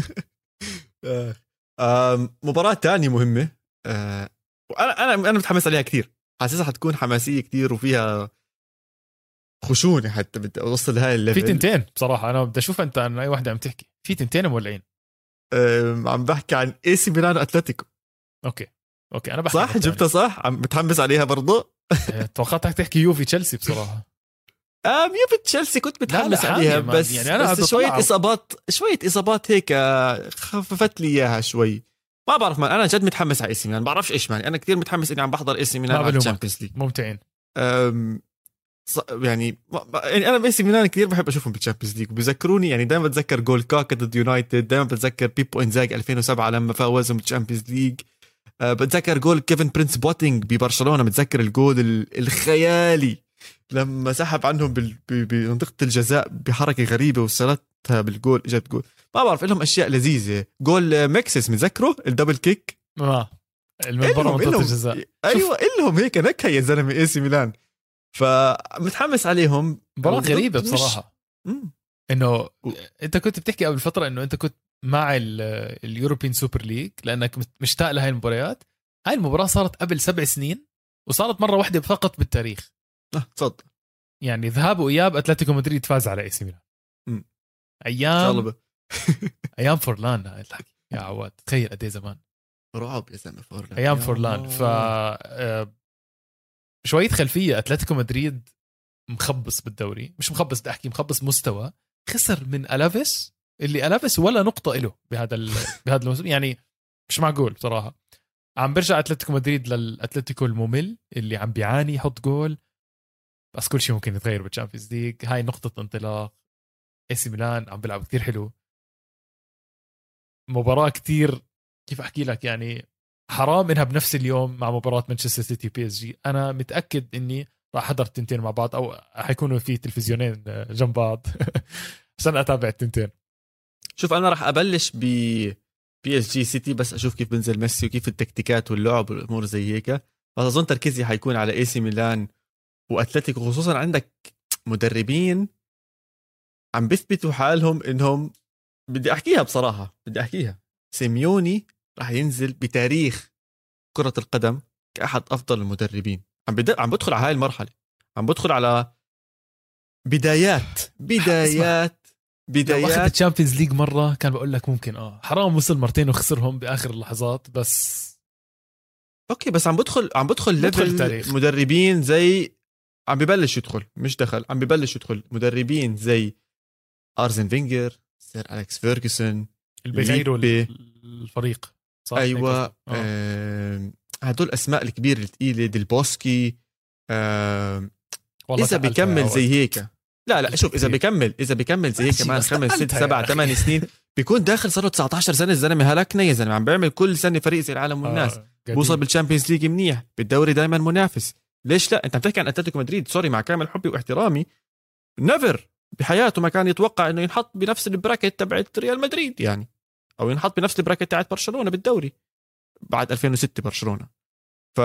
مباراة تانية مهمة، أه وانا انا انا متحمس عليها كثير، حاسسها حتكون حماسية كثير وفيها خشونة حتى بدي اوصل لهاي الليفل. في تنتين بصراحة، انا بدي اشوف انت عن اي واحدة عم تحكي. في تنتين مولعين. أه عم بحكي عن اي سي ميلان واتلتيكو. اوكي اوكي انا بحكي صح جبتها صح. عم متحمس عليها برضه. توقعتك تحكي يوفي تشيلسي بصراحة. ام يوفي تشيلسي كنت متحمس لا لا عليها، بس, بس يعني أنا بس شويه اصابات شويه اصابات هيك خففت لي اياها شوي. ما بعرف مان، انا جد متحمس على اسمي، ما بعرفش ايش ماني، انا كثير متحمس اني عم بحضر اسمي ميلان على الشامبيونز ليج. ممتعين يعني يعني انا باسي ميلان كثير بحب اشوفهم بالشامبيونز ليج، وبذكروني يعني دائما بتذكر جول كاكا ضد يونايتد، دائما بتذكر بيبو انزاغ ألفين وسبعة لما فازوا بالشامبيونز ليج، أه بتذكر جول كيفن برينس بوتينج ببرشلونه، بتذكر الجول الخيالي لما سحب عنهم بمنطقه الجزاء بحركه غريبه وصلتها بالجول، اجت جول. ما بعرف لهم اشياء لذيذه. جول ميكسس متذكره الدبل كيك اه المباراه منطقه الجزاء، ايوه لهم هيك نكهه يا زلمه اي سي ميلان، فمتحمس عليهم. مباراه غريبه بصراحه. انه و... انت كنت بتحكي قبل فتره انه انت كنت مع اليوروبيان سوبر ليج لانك مشتاق لهي المباريات. هاي المباراه صارت قبل سبع سنين وصارت مره واحده فقط بالتاريخ. اه تفضل. يعني ذهاب واياب اتلتيكو مدريد فاز على اي سي ميلان. ايام ايام فورلان. هاي الحكي يا عواد تخيل قد ايه زمان، رعب يا زلمه فورلان، ايام فورلان. ف شويه خلفيه، اتلتيكو مدريد مخبص بالدوري، مش مخبص بدي احكي مخبص مستوى، خسر من ألافيس اللي ألافيس ولا نقطه له بهذا ال... بهذا الموسم، يعني مش معقول بصراحه. عم برجع اتلتيكو مدريد للاتلتيكو الممل اللي عم بيعاني يحط جول، بس كل شيء ممكن يتغير بالتشامبيونز ليج. هاي نقطه انطلاق. اي سي ميلان عم بيلعب كتير حلو، مباراه كتير كيف احكي لك يعني حرام انها بنفس اليوم مع مباراه مانشستر سيتي بي اس جي. انا متاكد اني راح احضر التنتين مع بعض، او حيكونوا في تلفزيونين جنب بعض عشان اتابع التنتين. شوف انا راح ابلش ب بي اس جي سيتي، بس اشوف كيف بنزل ميسي وكيف التكتيكات واللعب والامور زي هيك. بس اظن تركيزي حيكون على اي سي ميلان واتلتيكو، خصوصا عندك مدربين عم بيثبتوا حالهم انهم، بدي احكيها بصراحه بدي احكيها سيميوني راح ينزل بتاريخ كره القدم كاحد افضل المدربين. عم بدأ عم بدخل على هاي المرحله، عم بدخل على بدايات بدايات بدايات. لو اخذ الشامبيونز ليج مره كان بقول لك ممكن اه حرام وصل مرتين وخسرهم باخر اللحظات، بس اوكي بس عم بدخل عم بدخل ليفل مدربين زي عم ببلش يدخل مش دخل عم ببلش يدخل مدربين زي ارسن فينجر، سير أليكس فيرغسون اللي بيغيروا الفريق صح. ايوه آه. هدول الاسماء الكبيره الثقيله، ديل بوسكي. آه اذا بيكمل زي هيك لا لا شوف اذا بيكمل اذا بيكمل زي هيك كمان خمس ست سبع ثمان سنين بيكون داخل صار له تسعة عشر سنه الزلمه. هلكنا يا زلمه، عم بيعمل كل سنه فريق زي العالم والناس. آه. بوصل بالشامبيونز ليج منيح، بالدوري دائما منافس. ليش لا؟ انت عم تحكي عن اتلتيكو مدريد، سوري مع كامل حبي واحترامي، نيفر بحياته ما كان يتوقع انه ينحط بنفس البراكت تبعت ريال مدريد يعني، او ينحط بنفس البراكت تبعت برشلونه بالدوري بعد ألفين وستة برشلونه. ف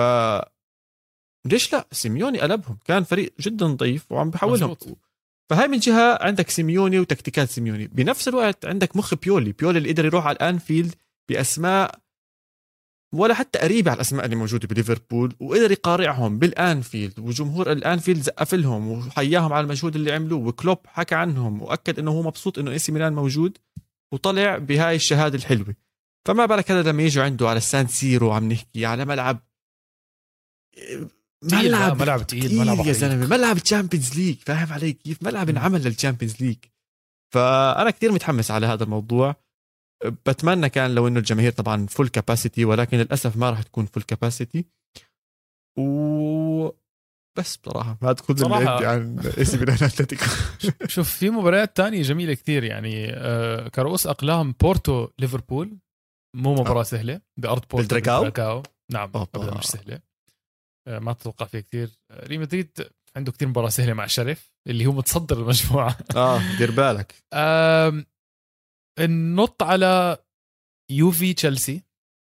ليش لا؟ سيميوني قلبهم، كان فريق جدا ضعيف وعم بحولهم مزبوط. فهاي من جهه عندك سيميوني وتكتيكات سيميوني، بنفس الوقت عندك مخ بيولي بيولي اللي قدر يروح على الانفيلد باسماء ولا حتى قريبه على الاسماء اللي موجوده بليفربول، وقدر يقارعهم بالانفيلد، وجمهور الانفيلد زقف لهم وحياهم على المجهود اللي عملوه، وكلوب حكى عنهم واكد انه هو مبسوط انه اي سي ميلان موجود وطلع بهاي الشهاده الحلوه. فما بالك هذا لما يجوا عنده على السان سيرو، عم نحكي على ملعب ملعب ملعب تقيل، ملعب يا زلمه، ملعب الشامبيونز ليج، فاهم علي كيف؟ ملعب انعمل للشامبيونز ليج. فانا كتير متحمس على هذا الموضوع. بتمنى كان لو انه الجماهير طبعا فول كاباسيتي، ولكن للاسف ما راح تكون فول كاباسيتي. و بس بصراحه ما تكون اللي عندي عن اي سي ميلان اتلتيكو. شوف في مباريات تانية جميله كتير يعني. كرؤوس اقلام بورتو ليفربول مو مباراه سهله بارض بورتو بالدراغاو. نعم أوبا. ابدا مش سهله، ما تتوقع فيه كثير. ريال مدريد عنده كثير مباراه سهله مع شرف اللي هو متصدر المجموعه. اه دير بالك. النط على يوفي تشيلسي.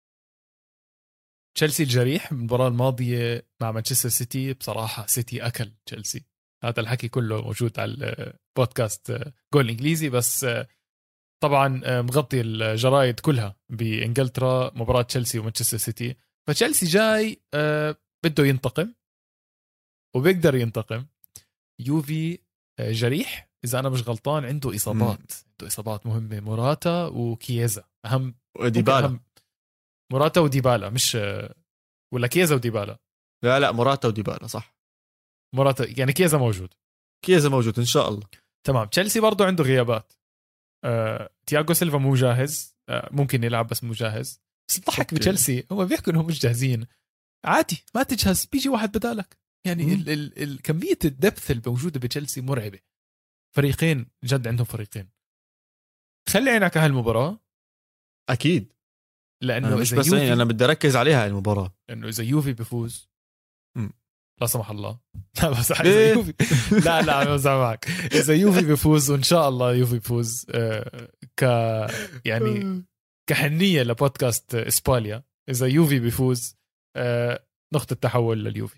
تشيلسي الجريح من المباراه الماضيه مع مانشستر سيتي، بصراحه سيتي اكل تشيلسي. هذا الحكي كله موجود على البودكاست جول انجليزي، بس طبعا مغطي الجرايد كلها بانجلترا مباراه تشيلسي ومانشستر سيتي. فتشيلسي جاي بده ينتقم وبيقدر ينتقم. يوفي جريح اذا انا مش غلطان، عنده اصابات م. عنده اصابات مهمه، موراتا وكييزا اهم، وديبالا. أهم موراتا وديبالا، مش ولا كييزا وديبالا؟ لا لا موراتا وديبالا صح. موراتا يعني كييزا موجود. كييزا موجود ان شاء الله. تمام. تشيلسي برضو عنده غيابات. آه، تياغو سيلفا مو جاهز، آه، ممكن يلعب بس مو جاهز. بس الضحك بتشيلسي هم بيحكوا انهم مش جاهزين. عادي ما تجهز بيجي واحد بدالك. يعني ال ال ال كمية الدبث الموجودة بتشيلسي مرعبة. فريقين جد عندهم فريقين. خلي عينك على هالمباراة اكيد، لانه مش بس يعني انا بدي اركز عليها المباراة، انه اذا يوفي بيفوز م. لا سمح الله لا بس إيه؟ إذا يوفي لا لا بمزح معك. اذا يوفي بيفوز وان شاء الله يوفي بيفوز آه ك يعني كحنية لبودكاست اسبانيا، اذا يوفي بيفوز آه نقطة تحول لليوفي.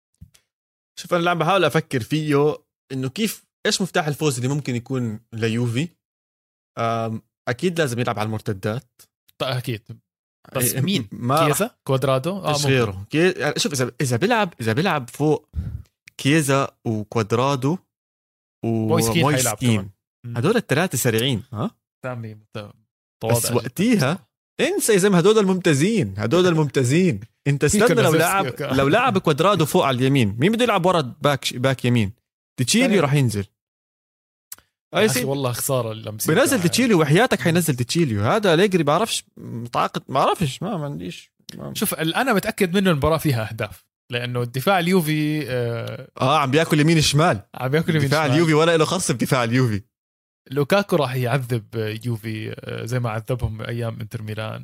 شوف انا اللي عم بحاول افكر فيه انه كيف ايش مفتاح الفوز اللي ممكن يكون ليوفي. اكيد لازم يلعب على المرتدات. طيب اكيد، بس مين؟ ما كيزا كوادرادو اه غيره كي... شوف اذا اذا بيلعب اذا بيلعب فوق كيزا وكوادرادو ومويسكين، هدول الثلاثه سريعين. ها سامي بس وقتيها انسى يا زلمه، هدول الممتازين هدول الممتازين. انت استنى لو لعب لو لعب كوادرادو فوق على اليمين، مين بده يلعب ورا باك باك يمين؟ تشيلي راح ينزل. اي سي والله خساره اللمسيه. بينزل تشيلي وحياتك حينزل تشيلي. هذا أليجري بعرفش متعاقد ما بعرفش ما عنديش ما. شوف انا متاكد منه المباراه فيها اهداف، لانه الدفاع اليوفي اه, آه عم بياكل يمين شمال. عم بياكل يمين دفاع اليوفي ولا له خص بدفاع اليوفي. لوكاكو راح يعذب يوفي زي ما عذبهم ايام انتر ميلان.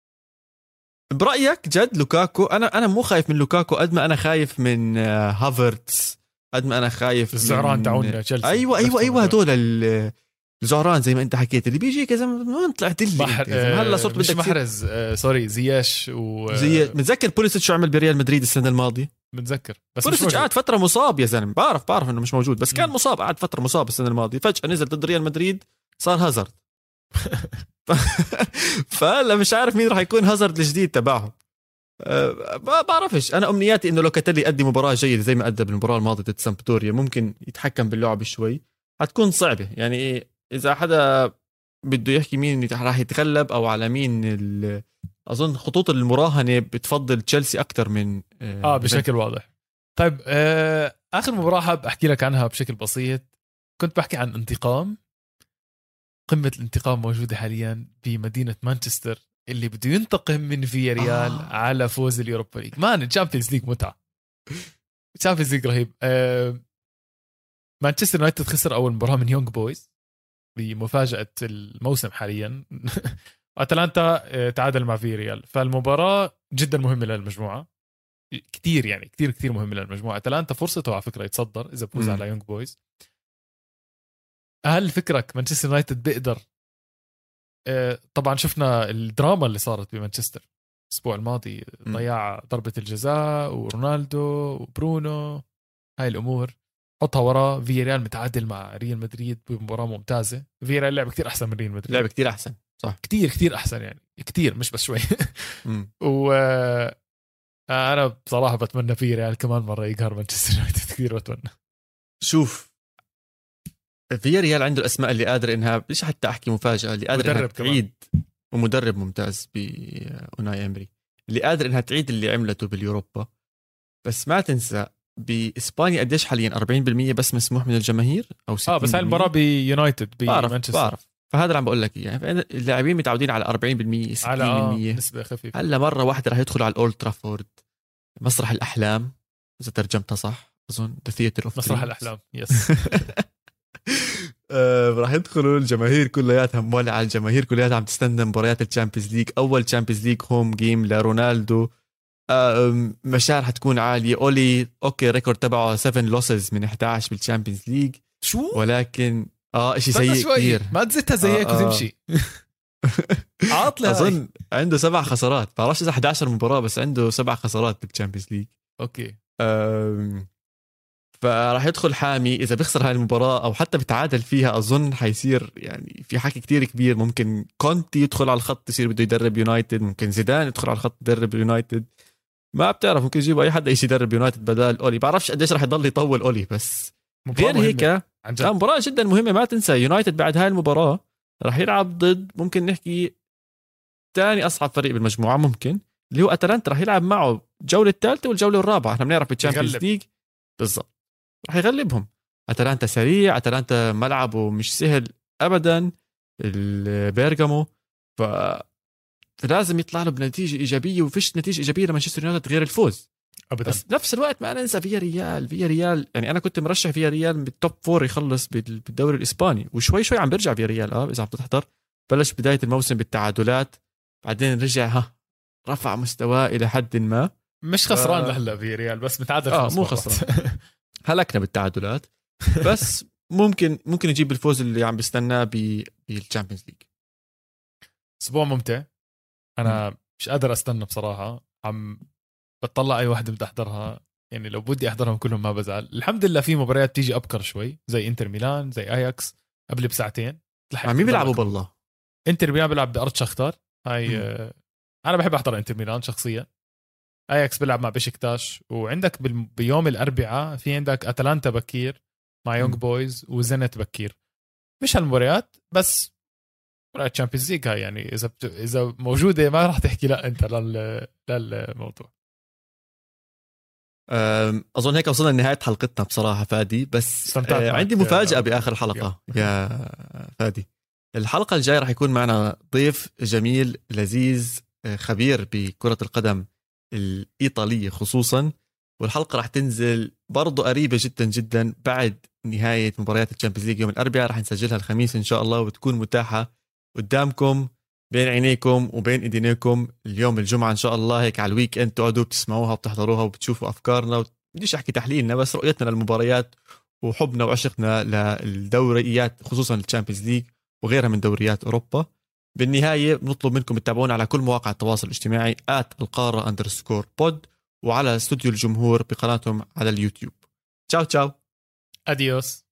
برايك جد لوكاكو؟ انا انا مو خايف من لوكاكو قد ما انا خايف من هافرتس، قد ما انا خايف الزعران من... تاعون تشيلسي. ايوه ايوه ايوه هدول الزعران زي ما انت حكيت اللي بيجيك يا زلمه. ما طلعت لي محر... هلا صرت بدك محرز آه سوري زياش و زي متذكر بوليسيتش شو عمل بريال مدريد السنه الماضيه؟ متذكر بس بوليسيتش قعد فتره مصاب يا زلمه. بعرف بعرف انه مش موجود بس كان م. مصاب، قعد فتره مصاب السنه الماضيه، فجاه نزل ضد ريال مدريد صار هازارد. فلا مش عارف مين راح يكون هازارد الجديد تبعهم. أه ما بعرفش. انا امنياتي انه لوكاتيلي يقدم مباراه جيده زي ما ادى بالمباراه الماضيه ضد سامبدوريا، ممكن يتحكم باللعب شوي. حتكون صعبه يعني اذا حدا بده يحكي مين راح يتغلب او على مين. اظن خطوط المراهنه بتفضل تشيلسي اكثر من اه, آه بشكل واضح. طيب آه اخر مباراه حاب احكي لك عنها بشكل بسيط. كنت بحكي عن انتقام. قمه الانتقام موجوده حاليا بمدينه مانشستر، اللي بده ينتقم من فياريال آه. على فوز اليوروبا ليج. مان الشامبيونز ليج متعه، الشامبيونز ليج رهيب. آه مانشستر يونايتد خسر اول مباراه من يونغ بويز بمفاجاه الموسم حاليا. اتلانتا تعادل مع فياريال، فالمباراه جدا مهمه للمجموعه كتير، يعني كتير كتير مهمه للمجموعه. اتلانتا فرصته على فكره يتصدر اذا بفوز على يونغ بويز. هل فكرك مانشستر يونايتد بيقدر؟ طبعا شفنا الدراما اللي صارت بمانشستر الاسبوع الماضي، ضياع ضربه الجزاء ورونالدو وبرونو، هاي الامور حطها ورا. فياريال متعادل مع ريال مدريد بمباراه ممتازه. فياريال لعب كتير احسن من ريال مدريد، لعب كتير احسن صح، كتير كتير احسن يعني كتير مش بس شوي. و انا بصراحه بتمنى فياريال كمان مره يقهر مانشستر يونايتد، كثير بتمنى. شوف فياريال عنده الاسماء اللي قادر انها ليش حتى احكي مفاجاه، اللي قادر انها تعيد، ومدرب ممتاز بأوناي إمري اللي قادر انها تعيد اللي عملته باليوروبا. بس ما تنسى باسبانيا قديش حاليا أربعين بالمية بس مسموح من الجماهير او ستين بالمية. اه بس هاي المباراه بيونايتد بمانشستر. بعرف فهذا اللي عم بقول لك يعني اللاعبين متعودين على أربعين بالمية ستين بالمية آه نسبه خفيفه. هلا مره واحده راح يدخلوا على الاولد ترافورد، مسرح الاحلام اذا ترجمتها صح اظن ذا ثياتر اوف مسرح الاحلام يس. آه راح يدخلوا الجماهير كلياتها مولعه، الجماهير كلياتها عم تستنى مباريات الشامبيونز ليج. اول شامبيونز ليج هوم جيم لرونالدو. مشاعر حتكون عالية. أولي أوكي ريكورد تبعه سبعة لوسز من إحدى عشر بالشامبيونز ليج، شو ولكن آه إشي سيء كتير. ما تزتها زي هيك آه وتمشي. عاطلة أظن عنده سبع خسارات، بعرفش إذا إحدى عشر مباراة، بس عنده سبع خسارات بالشامبيونز ليج. أوكي فراح يدخل حامي. إذا بيخسر هاي المباراة أو حتى بتعادل فيها، أظن حيصير يعني في حكي كتير كبير. ممكن كونتي يدخل على الخط يصير بده يدرب يونايتد، ممكن زيدان يدخل على الخط يدرب يونايتد، ما بتعرف. ممكن يجيبوا أي حد إيش يدرب يونايتد بدال أولي. بعرفش قديش راح يضل يطول أولي، بس غير هيك مباراة جدا مهمة. ما تنسى يونايتد بعد هاي المباراة راح يلعب ضد ممكن نحكي تاني أصعب فريق بالمجموعة، ممكن اللي هو أتلانتا. راح يلعب معه الجولة الثالثة والجولة الرابعة. احنا بنعرف بالتشامبيونز ليج بالضبط راح يغلبهم. أتلانتا سريع، أتلانتا ملعبه مش سهل أبدا، البيرغامو، فلازم يطلع له بنتيجة إيجابية. وفيش نتيجة إيجابية لمانشستر يونايتد غير الفوز أبدا. بس نفس الوقت ما ننسى فيا ريال فيا ريال يعني أنا كنت مرشح فيا ريال بالتوب فور يخلص بالدوري الإسباني، وشوي شوي عم برجع فيا ريال. آه إذا عم تحضر بلش بداية الموسم بالتعادلات، بعدين رجع ها رفع مستواه إلى حد ما. مش خسران آه لهلا في ريال، بس متعادل آه مو خسران هلكنا بالتعادلات بس ممكن ممكن يجيب الفوز اللي عم بستناه بالشامبيونز ليج. اسبوع ممتع، انا م. مش قادر استنى بصراحه. عم بتطلع اي واحده بدي احضرها، يعني لو بدي احضرهم كلهم ما بزعل. الحمد لله في مباريات تيجي ابكر شوي زي انتر ميلان زي اياكس قبل بساعتين. مين بيلعبوا بالله؟ انتر ميلان بيلعب بارض شختار. هاي آه انا بحب احضر انتر ميلان شخصيا. اياكس بيلعب مع بشكتاش، وعندك بيوم الاربعاء في عندك اتلانتا بكير مع يونغ بويز وزنت بكير. مش هالمباريات بس مباريات تشامبيونز ليج هاي، يعني اذا بت... اذا موجوده ما راح تحكي لا انت لل... للموضوع. اظن هيك وصلنا لنهايه حلقتنا بصراحه فادي، بس آه عندي مفاجاه باخر الحلقه يا فادي. الحلقه الجايه راح يكون معنا ضيف جميل لذيذ خبير بكره القدم الإيطالية خصوصا، والحلقة راح تنزل برضو قريبة جدا جدا بعد نهاية مباريات الشامبيونز ليج يوم الأربعاء. راح نسجلها الخميس إن شاء الله، وتكون متاحة قدامكم بين عينيكم وبين إيدينيكم اليوم الجمعة إن شاء الله. هيك على الويك أنت تقعدوا بتسمعوها وبتحضروها وبتشوفوا أفكارنا، بديش أحكي تحليلنا بس رؤيتنا للمباريات وحبنا وعشقنا للدوريات خصوصا الشامبيونز ليج وغيرها من دوريات أوروبا. بالنهاية بنطلب منكم تتابعونا على كل مواقع التواصل الاجتماعي آت القارة أندرسكور بود، وعلى استوديو الجمهور بقناتهم على اليوتيوب. تشاو تشاو، أديوس.